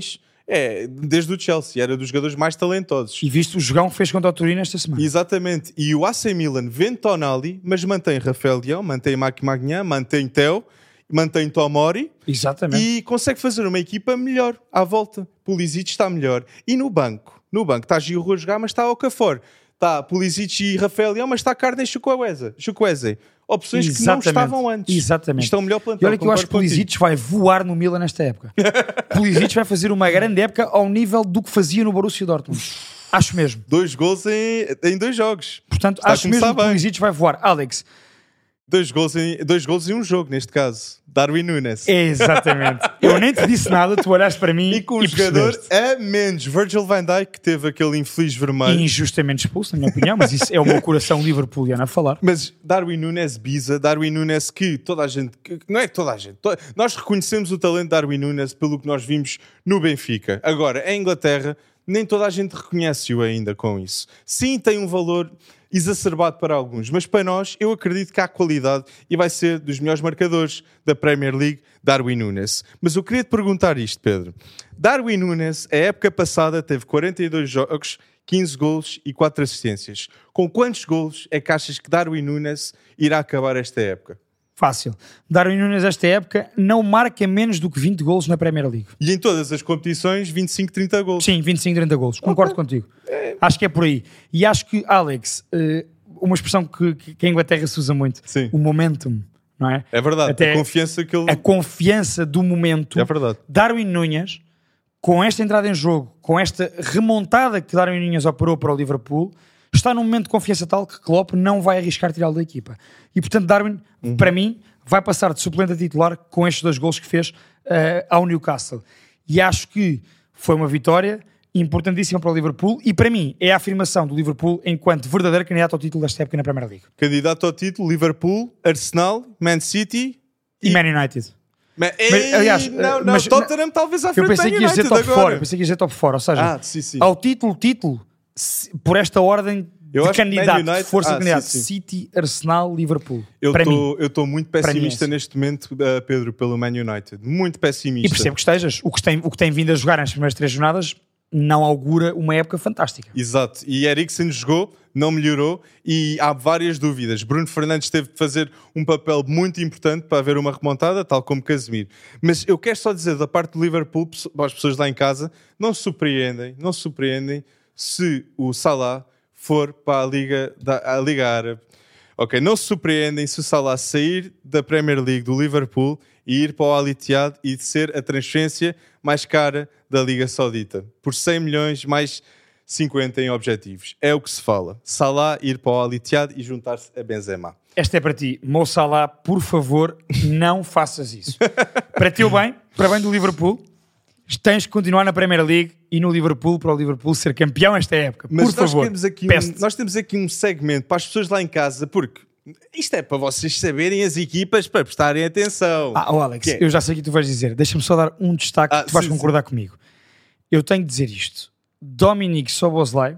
É, desde o Chelsea, era dos jogadores mais talentosos. E visto o jogão que fez contra o Torino esta semana. Exatamente. E o A C Milan vende Tonali, mas mantém Rafael Leão, mantém Maki Magnan, mantém Theo, mantém Tomori. Exatamente. E consegue fazer uma equipa melhor à volta. Pulisic está melhor. E no banco? No banco está Giroud a jogar, mas está Okafor. Está Pulisic e Rafael Leão, mas está Carden e Chukwueze. Opções Exatamente. que não estavam antes. Exatamente. Isto é o melhor plantel. E olha que eu acho que Pulisic vai voar no Milan nesta época. Pulisic vai fazer uma grande época ao nível do que fazia no Borussia Dortmund. Acho mesmo. Dois gols em, em dois jogos. Portanto, Está acho mesmo que Pulisic vai voar. Alex. Dois gols, em, dois gols em um jogo, neste caso. Darwin Núñez. Exatamente. Eu nem te disse nada, tu olhaste para mim e com e um jogador a menos. Virgil van Dijk, que teve aquele infeliz vermelho. Injustamente expulso, na minha opinião, mas isso é o meu coração liverpooliano a falar. Mas Darwin Núñez Biza, Darwin Núñez que toda a gente, que, não é que toda a gente, to, nós reconhecemos o talento de Darwin Núñez pelo que nós vimos no Benfica. Agora, em Inglaterra, nem toda a gente reconhece-o ainda com isso. Sim, tem um valor exacerbado para alguns, mas para nós eu acredito que há qualidade e vai ser dos melhores marcadores da Premier League, Darwin Núñez. Mas eu queria te perguntar isto, Pedro. Darwin Núñez, a época passada, teve quarenta e dois jogos, quinze golos e quatro assistências. Com quantos golos é que achas que Darwin Núñez irá acabar esta época? Fácil. Darwin Núñez esta época não marca menos do que vinte golos na Premier League. E em todas as competições, vinte e cinco, trinta golos. Sim, vinte e cinco, trinta golos. Concordo okay. contigo. É. Acho que é por aí. E acho que, Alex, uma expressão que, que a Inglaterra se usa muito, Sim. o momentum, não é? É verdade. Até a confiança que ele... A confiança do momento. É verdade. Darwin Núñez, com esta entrada em jogo, com esta remontada que Darwin Núñez operou para o Liverpool, está num momento de confiança tal que Klopp não vai arriscar tirá-lo da equipa. E, portanto, Darwin, uhum. para mim, vai passar de suplente a titular com estes dois golos que fez uh, ao Newcastle. E acho que foi uma vitória importantíssima para o Liverpool e, para mim, é a afirmação do Liverpool enquanto verdadeiro candidato ao título desta época na Premier League. Candidato ao título, Liverpool, Arsenal, Man City e, e Man United. Mas, mas, aliás, não, não, mas, Tottenham não, talvez à frente eu pensei da que ia dizer top agora. Four, eu pensei que ia dizer top four, ou seja, ah, sim, sim. ao título, título, por esta ordem eu de candidato, United, de força ah, de candidato, sim, sim. City, Arsenal, Liverpool. Eu estou muito pessimista é neste momento, uh, Pedro, pelo Man United. Muito pessimista. E percebo que estejas. O que tem, o que tem vindo a jogar nas primeiras três jornadas não augura uma época fantástica. Exato. E Eriksen jogou, não melhorou e há várias dúvidas. Bruno Fernandes teve de fazer um papel muito importante para haver uma remontada, tal como Casemiro. Mas eu quero só dizer, da parte do Liverpool, para as pessoas lá em casa, não se surpreendem, não se surpreendem se o Salah for para a Liga, da, a Liga Árabe. Ok, não se surpreendem se o Salah sair da Premier League do Liverpool e ir para o Al Ittihad e ser a transferência mais cara da Liga Saudita. Por cem milhões mais cinquenta em objetivos. É o que se fala. Salah ir para o Al Ittihad e juntar-se a Benzema. Esta é para ti. Mo Salah, por favor, não faças isso. Para ti o bem, para bem do Liverpool, tens que continuar na Premier League e no Liverpool, para o Liverpool ser campeão esta época. Mas por nós favor, temos aqui um, nós temos aqui um segmento para as pessoas lá em casa, porque isto é para vocês saberem as equipas, para prestarem atenção. Ah, oh Alex, é? eu já sei o que tu vais dizer. Deixa-me só dar um destaque ah, que tu vais sim, concordar sim. comigo. Eu tenho de dizer isto. Dominic Szoboszlai,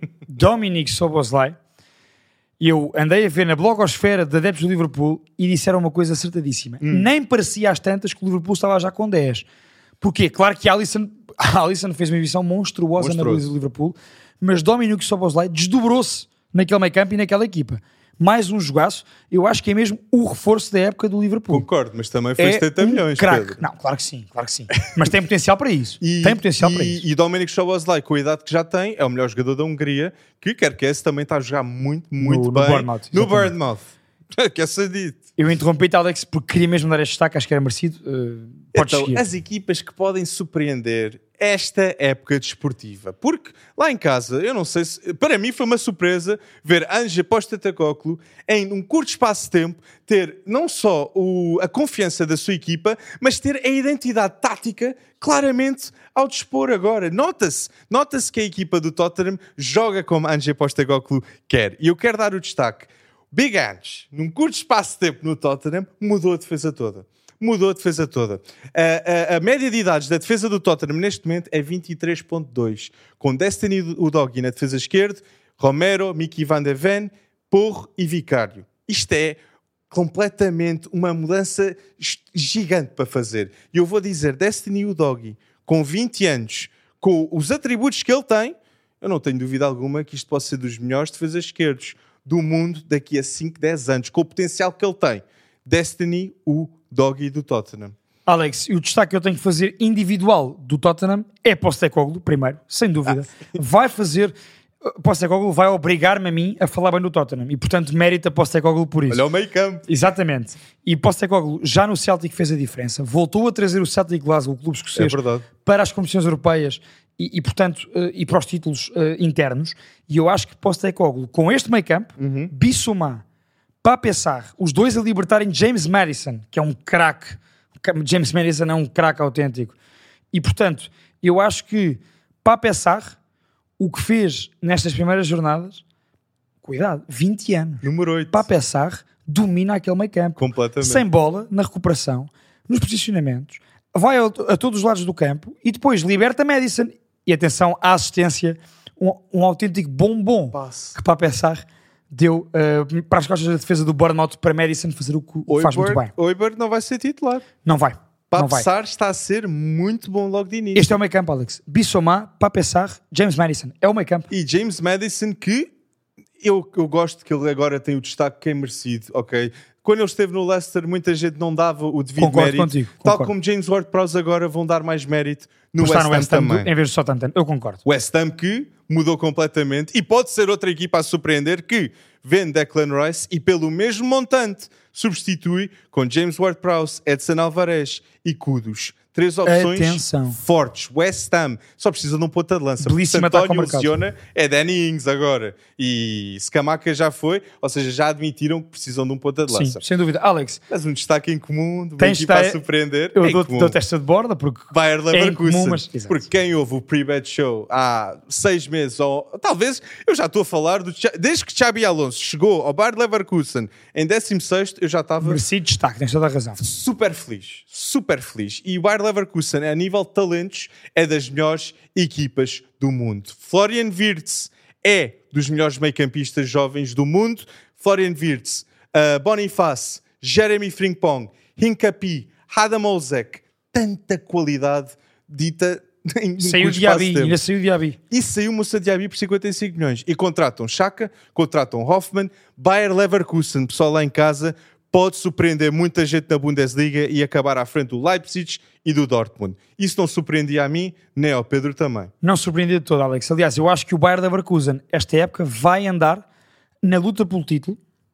Dominic Szoboszlai, eu andei a ver na blogosfera de adeptos do Liverpool e disseram uma coisa acertadíssima. Hum. Nem parecia às tantas que o Liverpool estava já com dez. Porquê? Claro que a Alisson, a Alisson fez uma exibição monstruosa Monstruoso. na baliza do Liverpool, mas Dominic Szoboszlai desdobrou-se naquele meio campo e naquela equipa. Mais um jogaço, eu acho que é mesmo o reforço da época do Liverpool. Concordo, mas também foi é setenta milhões. Crack. Não, claro que sim, claro que sim. Mas tem potencial para isso. E, tem potencial e, para isso. E Dominic Szoboszlai, com a idade que já tem, é o melhor jogador da Hungria, que quer que esse também está a jogar muito, muito no, bem. No Bournemouth. No Bournemouth. Que é sadito. Eu interrompi-te, Alex, porque queria mesmo dar este destaque, acho que era merecido. Uh, podes então, seguir. As equipas que podem surpreender esta época desportiva. Porque lá em casa, eu não sei se... Para mim foi uma surpresa ver Ange Postecoglou em um curto espaço de tempo ter não só o, a confiança da sua equipa, mas ter a identidade tática claramente ao dispor agora. Nota-se, nota-se que a equipa do Tottenham joga como Ange Postecoglou quer. E eu quero dar o destaque. Big Ange, num curto espaço de tempo no Tottenham, mudou a defesa toda. Mudou a defesa toda. A, a, a média de idades da defesa do Tottenham neste momento é vinte e três vírgula dois. Com Destiny Udogie na defesa esquerda, Romero, Mickey van de Ven, Porro e Vicário. Isto é completamente uma mudança gigante para fazer. E eu vou dizer, Destiny Udogie, com vinte anos, com os atributos que ele tem, eu não tenho dúvida alguma que isto pode ser dos melhores defesas esquerdos do mundo daqui a cinco, dez anos, com o potencial que ele tem. Destiny, o doggy do Tottenham. Alex, e o destaque que eu tenho que fazer individual do Tottenham é Postecoglou, primeiro, sem dúvida. Ah. Vai fazer... Postecoglou vai obrigar-me a mim a falar bem do Tottenham e, portanto, mérita Postecoglou por isso. Olha o meio campo. Exatamente. E Postecoglou já no Celtic fez a diferença. Voltou a trazer o Celtic Glasgow, o clube escocês, é para as competições europeias e, e portanto, uh, e para os títulos uh, internos. E eu acho que Postecoglou, com este meio campo, uhum. Bissouma, Pape Sarr, os dois a libertarem James Maddison, que é um craque. James Maddison é um craque autêntico. E, portanto, eu acho que Pape Sarr, o que fez nestas primeiras jornadas, cuidado, vinte anos. Número oito. Pape Sarr domina aquele meio campo. Completamente. Sem bola, na recuperação, nos posicionamentos, vai a, a todos os lados do campo e depois liberta Maddison. E atenção à assistência, um, um autêntico bombom Passe. que Pape Sarr deu uh, para as costas da defesa do Bournemouth para Maddison fazer o que Højbjerg, faz muito bem. Højbjerg não vai ser titular. Não vai. Pape Sarr está a ser muito bom logo de início. Este é o meio campo, Alex. Bissouma, Pape Sarr, James Maddison. É o meio campo. E James Maddison que eu, eu gosto que ele agora tem o destaque que é merecido, ok? Quando ele esteve no Leicester, muita gente não dava o devido concordo mérito. Contigo, tal concordo. como James Ward-Prowse agora vão dar mais mérito no West, no West Ham Ham também. Em vez do Southampton. Eu concordo. West Ham que mudou completamente e pode ser outra equipa a surpreender que vende Declan Rice e pelo mesmo montante substitui com James Ward-Prowse, Edson Alvarez e Kudus. Três opções Atenção. fortes. West Ham só precisa de um ponta de lança. Belíssima António lesiona é Danny Ings agora. E Scamacca já foi, ou seja, já admitiram que precisam de um ponta de lança. Sim, sem dúvida. Alex, mas um destaque em comum, de uma tens equipa de... a surpreender. Eu é dou-te dou testa de borda porque Bayer Leverkusen. É comum, mas... Porque quem ouve o Pre-Bet Show há seis meses, ou talvez, eu já estou a falar, do, desde que Xabi Alonso chegou ao Bayer Leverkusen em décimo sexto, eu já estava... Merecido destaque, tens toda a razão. Super feliz, super feliz. E o Bayer Leverkusen, a nível de talentos, é das melhores equipas do mundo. Florian Wirtz é dos melhores meio-campistas jovens do mundo. Florian Wirtz, uh, Boniface, Jeremy Frimpong, Hincapie, Adam Olzek, tanta qualidade dita em saiu Diaby, ainda saiu Diaby. E saiu Moussa Diaby por cinquenta e cinco milhões. E contratam Xhaka, contratam Hoffmann, Bayer Leverkusen, pessoal lá em casa, pode surpreender muita gente na Bundesliga e acabar à frente do Leipzig e do Dortmund. Isso não surpreendia a mim, nem ao Pedro também. Não surpreendia de todo, Alex. Aliás, eu acho que o Bayer Leverkusen, esta época, vai andar na luta pelo título.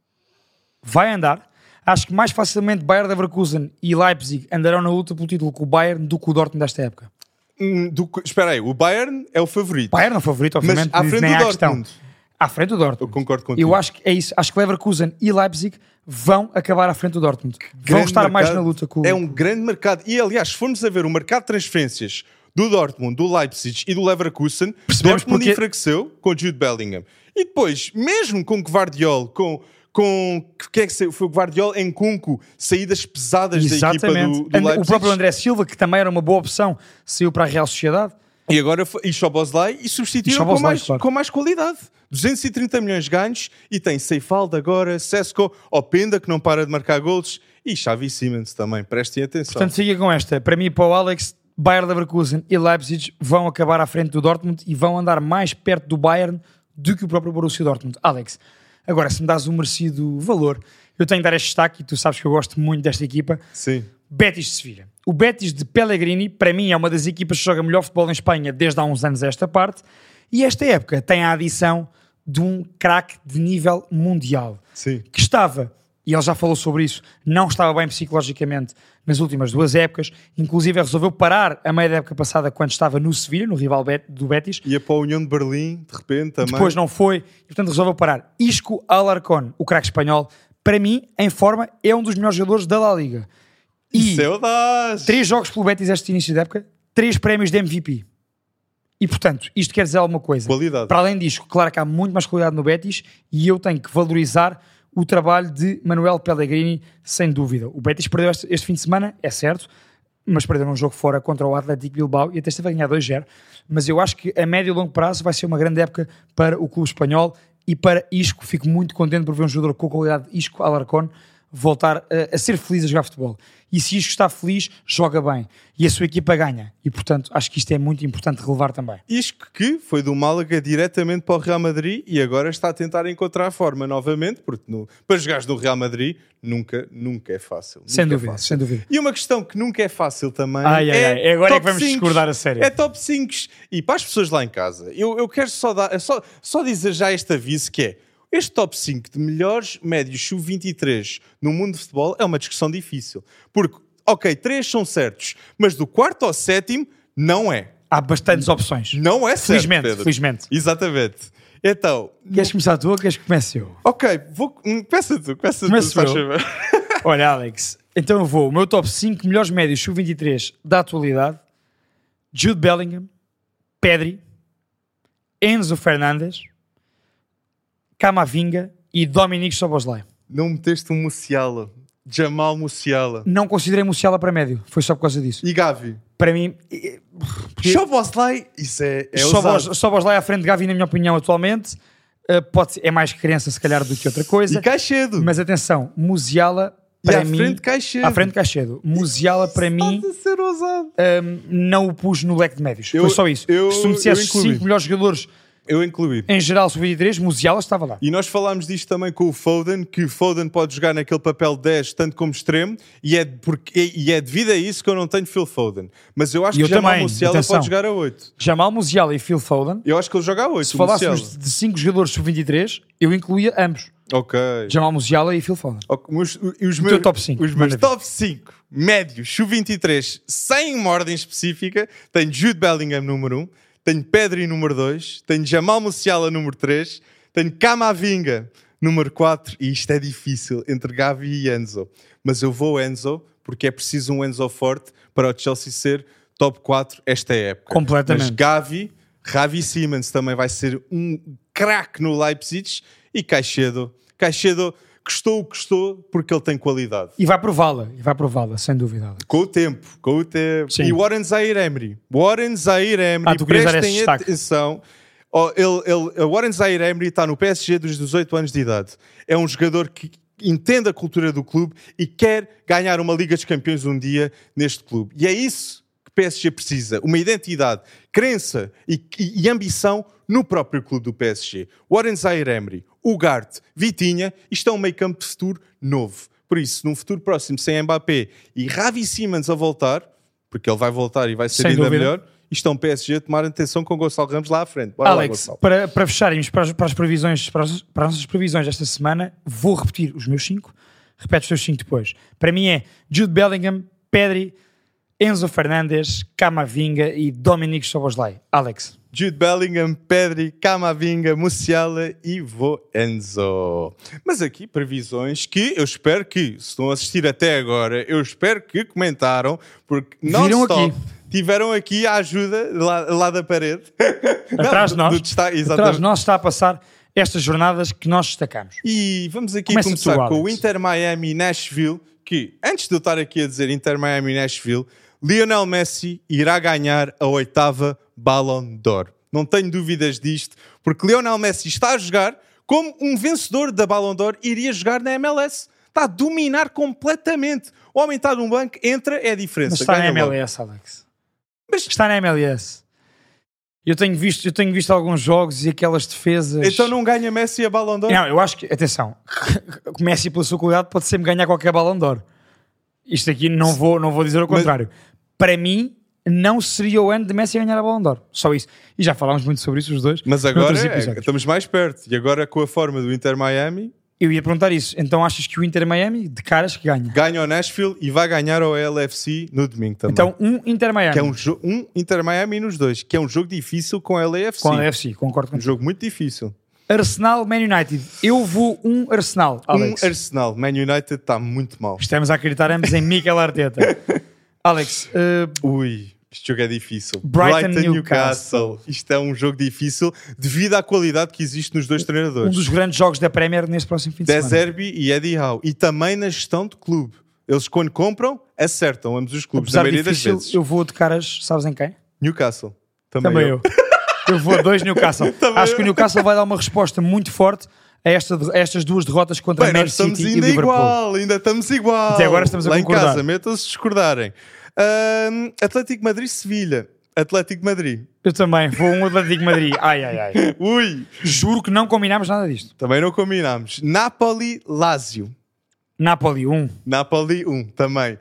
Vai andar. Acho que mais facilmente Bayer Leverkusen e Leipzig andarão na luta pelo título com o Bayern do que o Dortmund desta época. Hum, do, espera aí, o Bayern é o favorito. Bayern é o favorito, obviamente. Mas à frente nem do Dortmund. Questão. À frente do Dortmund. Eu concordo contigo. Eu acho que é isso. Acho que Leverkusen e Leipzig vão acabar à frente do Dortmund. Vão Grande estar mercado, mais na luta com o... É um grande mercado. E, aliás, se formos a ver o mercado de transferências do Dortmund, do Leipzig e do Leverkusen, percebemos Dortmund porque... enfraqueceu com Jude Bellingham. E depois, mesmo com Gvardiol, com... com que é que foi o Gvardiol em Kunku, saídas pesadas Exatamente. da equipa do, do Leipzig. O próprio André Silva, que também era uma boa opção, saiu para a Real Sociedade. E agora foi, e Szoboszlai e substituíram com, mais, claro. com mais qualidade. duzentos e trinta milhões ganhos e tem Seifaldo agora, Sesko, Openda, que não para de marcar golos, e Xavi Simons também, prestem atenção. Portanto, siga com esta. Para mim e para o Alex, Bayer Leverkusen e Leipzig vão acabar à frente do Dortmund e vão andar mais perto do Bayern do que o próprio Borussia Dortmund. Alex, agora se me dás um merecido valor, eu tenho de dar este destaque, e tu sabes que eu gosto muito desta equipa. Sim. Betis de Sevilha. O Betis de Pellegrini, para mim, é uma das equipas que joga melhor futebol em Espanha desde há uns anos a esta parte, e esta época tem a adição de um craque de nível mundial. Sim. Que estava, e ele já falou sobre isso, não estava bem psicologicamente nas últimas duas épocas, inclusive resolveu parar a meia da época passada quando estava no Sevilha, no rival do Betis. Ia para a União de Berlim, de repente, também. Depois não foi, e portanto resolveu parar. Isco Alarcón, o craque espanhol, para mim, em forma, é um dos melhores jogadores da La Liga. E Saudades. Três jogos pelo Betis este início da época, três prémios de M V P. E, portanto, isto quer dizer alguma coisa. Qualidade. Para além disso, claro que há muito mais qualidade no Betis e eu tenho que valorizar o trabalho de Manuel Pellegrini, sem dúvida. O Betis perdeu este, este fim de semana, é certo, mas perdeu um jogo fora contra o Atlético Bilbao e até esteve a ganhar dois a zero. Mas eu acho que a médio e longo prazo vai ser uma grande época para o clube espanhol e para Isco. Fico muito contente por ver um jogador com qualidade Isco Alarcón voltar a, a ser feliz a jogar futebol. E se isto está feliz, joga bem. E a sua equipa ganha. E, portanto, acho que isto é muito importante relevar também. Isto que foi do Málaga diretamente para o Real Madrid e agora está a tentar encontrar a forma novamente, porque no, para jogares no Real Madrid nunca, nunca é fácil. Nunca Sem dúvida, é fácil. sem dúvida. E uma questão que nunca é fácil também ai, é ai, ai. Agora é que vamos cinco. discordar a sério. É top cinco. E para as pessoas lá em casa, eu, eu quero só, dar, só, só dizer já este aviso que é este top cinco de melhores médios sub vinte e três no mundo de futebol é uma discussão difícil. Porque, ok, três são certos, mas do quarto ao sétimo não é. Há bastantes opções. Não é certo, Felizmente, Pedro. felizmente. Exatamente. Então... Queres começar tu ou queres que comece eu? Ok, vou... Começa tu, começa Começo tu, faz eu. favor. Olha, Alex, então eu vou. O meu top cinco melhores médios sub vinte e três da atualidade: Jude Bellingham, Pedri, Enzo Fernandes, Camavinga e Dominique Szoboszlai. Não meteste um Musiala. Jamal Musiala. Não considerei Musiala para médio. Foi só por causa disso. E Gavi? Para mim... Szoboszlai, isso é, é ousado. Szoboszlai à frente de Gavi, na minha opinião, atualmente. Uh, pode ser, é mais criança, se calhar, do que outra coisa. E Caicedo. Mas atenção, Musiala... Para e à mim, frente Caicedo. À frente Caicedo. Musiala, para mim, a ser ousado. Um, não o pus no leque de médios. Eu, Foi só isso. Eu, Se tu me dissesses cinco melhores jogadores... Eu incluí. Em geral, sub vinte e três, Musiala estava lá. E nós falámos disto também com o Foden, que o Foden pode jogar naquele papel dez, tanto como extremo, e é, porque, e é devido a isso que eu não tenho Phil Foden. Mas eu acho eu que Jamal também, Musiala atenção. pode jogar a oito. Jamal Musiala e Phil Foden. Eu acho que ele joga a oito. Se falássemos de cinco jogadores sub vinte e três, eu incluía ambos. Ok. Jamal Musiala e Phil Foden. Okay. Os, os o meus, teu top cinco. Os meus top cinco médios sub vinte e três, sem uma ordem específica, tenho Jude Bellingham número um. Tenho Pedri número dois, tenho Jamal Musiala número três, tenho Camavinga número quatro, e isto é difícil entre Gavi e Enzo. Mas eu vou Enzo, porque é preciso um Enzo forte para o Chelsea ser top quatro esta época. Completamente. Mas Gavi, Xavi Simons também vai ser um craque no Leipzig, e Caicedo, Caicedo custou o que custou porque ele tem qualidade. E vai prová-la, e vai prová-la, sem dúvida. Com o tempo, com o tempo. Sim. E Warren Zaïre-Emery. Warren Zaïre-Emery, ah, prestem atenção. Oh, ele, ele, Warren Zaïre-Emery está no P S G dos dezoito anos de idade. É um jogador que entende a cultura do clube e quer ganhar uma Liga dos Campeões um dia neste clube. E é isso que o P S G precisa. Uma identidade, crença e, e, e ambição no próprio clube do P S G. Warren Zaïre-Emery, Ugarte, Vitinha, isto é um meio campo de futuro novo. Por isso, num futuro próximo, sem Mbappé e Xavi Simons a voltar, porque ele vai voltar e vai ser ainda melhor, isto é um P S G a tomar atenção com o Gonçalo Ramos lá à frente. Bora Alex, lá, para, para fecharmos para as, para as previsões, para as, para as nossas previsões desta semana, vou repetir os meus cinco. Repete os teus cinco depois. Para mim é Jude Bellingham, Pedri, Enzo Fernandes, Camavinga e Dominique Szoboszlai. Alex. Jude Bellingham, Pedri, Camavinga, Musiala e vou Enzo. Mas aqui previsões que eu espero que, se estão a assistir até agora, eu espero que comentaram, porque non-stop tiveram aqui a ajuda lá, lá da parede. Atrás de Não, nós, do, do destaque, atrás de nós está a passar estas jornadas que nós destacamos. E vamos aqui Começa começar tu, com o Inter Miami e Nashville, que antes de eu estar aqui a dizer Inter Miami e Nashville, Lionel Messi irá ganhar a oitava Ballon d'Or. Não tenho dúvidas disto, porque Lionel Messi está a jogar como um vencedor da Ballon d'Or iria jogar na M L S. Está a dominar completamente. O homem está num banco, entra, é a diferença. Mas está Ganha na M L S, logo. Alex. Mas... Está na M L S. Eu tenho, visto, eu tenho visto alguns jogos e aquelas defesas... Então não ganha Messi a Ballon d'Or? Não, eu acho que... Atenção. Messi, pela sua qualidade, pode sempre ganhar qualquer Ballon d'Or. Isto aqui não vou, não vou dizer o contrário. Mas... Para mim, não seria o ano de Messi ganhar a Ballon d'Or. Só isso. E já falámos muito sobre isso os dois. Mas agora é, estamos mais perto. E agora com a forma do Inter Miami... Eu ia perguntar isso. Então achas que o Inter Miami, de caras, que ganha? Ganha o Nashville e vai ganhar o L F C no domingo também. Então um Inter Miami. Que é um, um Inter Miami nos dois. Que é um jogo difícil com a L A F C. Com a L A F C, concordo com Um jogo muito difícil. Arsenal, Man United. Eu vou um Arsenal, Alex. Um Arsenal. Man United está muito mal. Estamos a acreditar ambos em Mikel Arteta. Alex. Uh... Ui, este jogo é difícil. Brighton, Brighton Newcastle. Newcastle. Isto é um jogo difícil devido à qualidade que existe nos dois treinadores. Um dos grandes jogos da Premier neste próximo fim de, de semana. De Zerbi e Eddie Howe. E também na gestão de clube. Eles, quando compram, acertam ambos os clubes. Apesar na maioria difícil, das vezes. Eu vou de caras, sabes em quem? Newcastle. Também, também eu. eu. Eu vou a dois Newcastle. Acho eu. que o Newcastle vai dar uma resposta muito forte a, esta, a estas duas derrotas contra Bem, Man nós estamos City e ainda Liverpool. igual, ainda estamos igual. Até agora estamos a Lá concordar. em casa, metam-se se discordarem. Um, Atlético Madrid-Sevilha. Atlético Madrid. Eu também, vou um Atlético Madrid. Ai, ai, ai. Ui. Juro que não combinámos nada disto. Também não combinámos. Napoli-Lazio. Napoli um. Napoli um, também.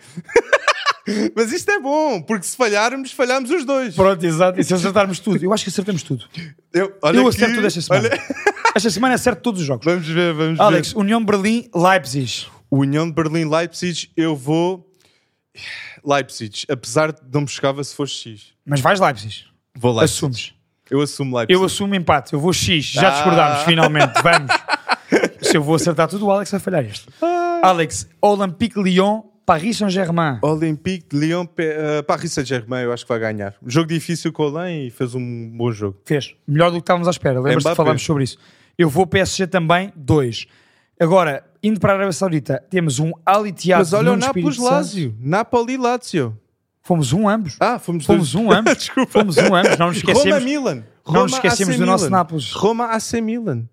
Mas isto é bom, porque se falharmos, falhamos os dois. Pronto, exato. E se acertarmos tudo? Eu acho que acertamos tudo. Eu, olha Eu aqui, acerto tudo esta semana. olha- Esta semana acerto todos os jogos. Vamos ver, vamos Alex, ver. União Berlim, Leipzig. União de Berlim-Leipzig, eu vou... Leipzig, apesar de não me chegava se fosse X. Mas vais Leipzig. Vou Leipzig. Assumes. Eu assumo Leipzig. Eu assumo empate. Eu vou X. Já Ah. discordámos, finalmente. Vamos. Se eu vou acertar tudo, o Alex vai falhar isto. Alex, Olympique Lyon, Paris Saint-Germain. Olympique de Lyon, uh, Paris Saint-Germain, eu acho que vai ganhar. Jogo difícil com o Alain e fez um bom jogo. Fez. Melhor do que estávamos à espera. Lembras-te que Mbappé. falámos sobre isso. Eu vou P S G também, dois. Agora, indo para a Arábia Saudita, temos um Al Ittihad. Mas olha o Nuno Espírito Nápoles-Lazio. Santo. Napoli-Lazio. Fomos um ambos. Ah, fomos, Fomos dois. um ambos. Desculpa. Fomos um ambos. Não nos esquecemos. Roma-Milan. Não nos esquecemos do nosso Nápoles. Roma-A C Milan.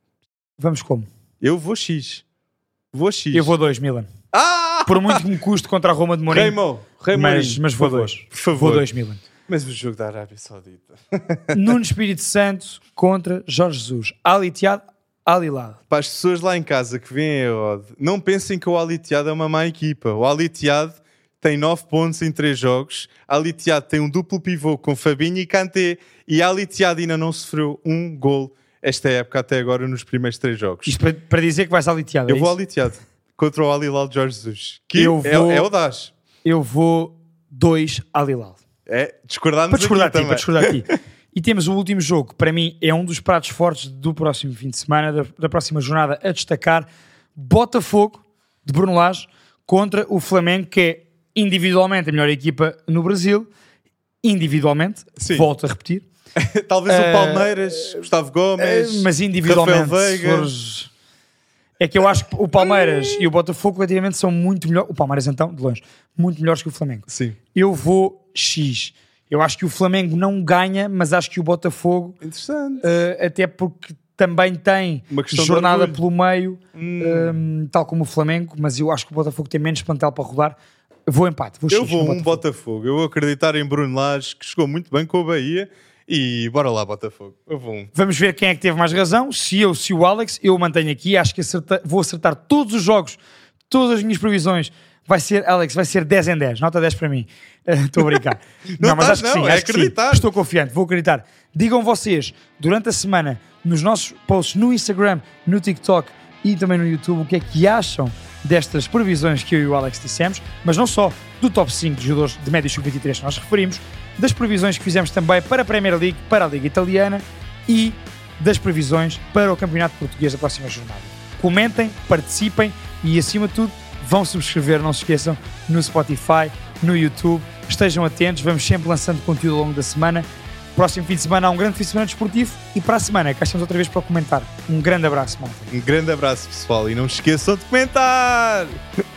Vamos como? Eu vou X. Vou X. Eu vou dois, Milan. Ah! Por muito que me custe contra a Roma de Mourinho. Reimou. Reimou. Mas, mas vou Por favor. dois. Por favor. Vou dois, Milan. Mas o jogo da Arábia Saudita. Nuno Espírito Santo contra Jorge Jesus. Al Ittihad, Al Hilal. Para as pessoas lá em casa que veem a odd, não pensem que o Al Ittihad é uma má equipa. O Al Ittihad tem nove pontos em três jogos. Al Ittihad tem um duplo pivô com Fabinho e Kanté. E Al Ittihad ainda não sofreu um gol esta época até agora nos primeiros três jogos. Isto para, para dizer que vais Al Ittihad, é Eu vou isso? Al Ittihad contra o Al Hilal de Jorge Jesus. Que Eu é, vou- é o Dash. Eu vou dois Al Hilal. É, discordarmos Para discordar aqui aqui, para também. discordar aqui. E temos o último jogo, que para mim é um dos pratos fortes do próximo fim de semana, da, da próxima jornada a destacar. Botafogo, de Bruno Lage, contra o Flamengo, que é individualmente a melhor equipa no Brasil. Individualmente, Sim. volto a repetir. Talvez Eh, o Palmeiras, Gustavo Gomes, Eh, mas individualmente, Rafael se Veiga. fores- é que eu acho que o Palmeiras e o Botafogo coletivamente são muito melhores. O Palmeiras, então, de longe, muito melhores que o Flamengo. Sim. Eu vou X. Eu acho que o Flamengo não ganha, mas acho que o Botafogo, Interessante. uh, até porque também tem Uma questão de jornada orgulho. pelo meio, Hum. um, tal como o Flamengo, mas eu acho que o Botafogo tem menos plantel para rodar. Vou empate, vou X. Eu vou no um Botafogo. Eu vou acreditar em Bruno Lage, que chegou muito bem com o Bahia. E bora lá, Botafogo. Eu vou um. Vamos ver quem é que teve mais razão. Se eu, se o Alex, eu mantenho aqui. Acho que acerta- vou acertar todos os jogos, todas as minhas previsões. Vai ser, Alex, vai ser dez em dez. Nota dez para mim. Eh, Estou a brincar. Não mas estás, acho que não, sim. é acho que sim. acreditar. Estou confiante, vou acreditar. Digam vocês, durante a semana, nos nossos posts no Instagram, no TikTok e também no YouTube, o que é que acham destas previsões que eu e o Alex dissemos, mas não só do top cinco de jogadores de médio sub vinte e três que nós referimos, das previsões que fizemos também para a Premier League, para a Liga Italiana e das previsões para o Campeonato Português da próxima jornada. Comentem, participem e, acima de tudo, vão subscrever, não se esqueçam, no Spotify, no YouTube. Estejam atentos, vamos sempre lançando conteúdo ao longo da semana. Próximo fim de semana há um grande fim de semana desportivo e para a semana cá estamos outra vez para comentar. Um grande abraço, malta. Um grande abraço, pessoal. E não se esqueçam de comentar!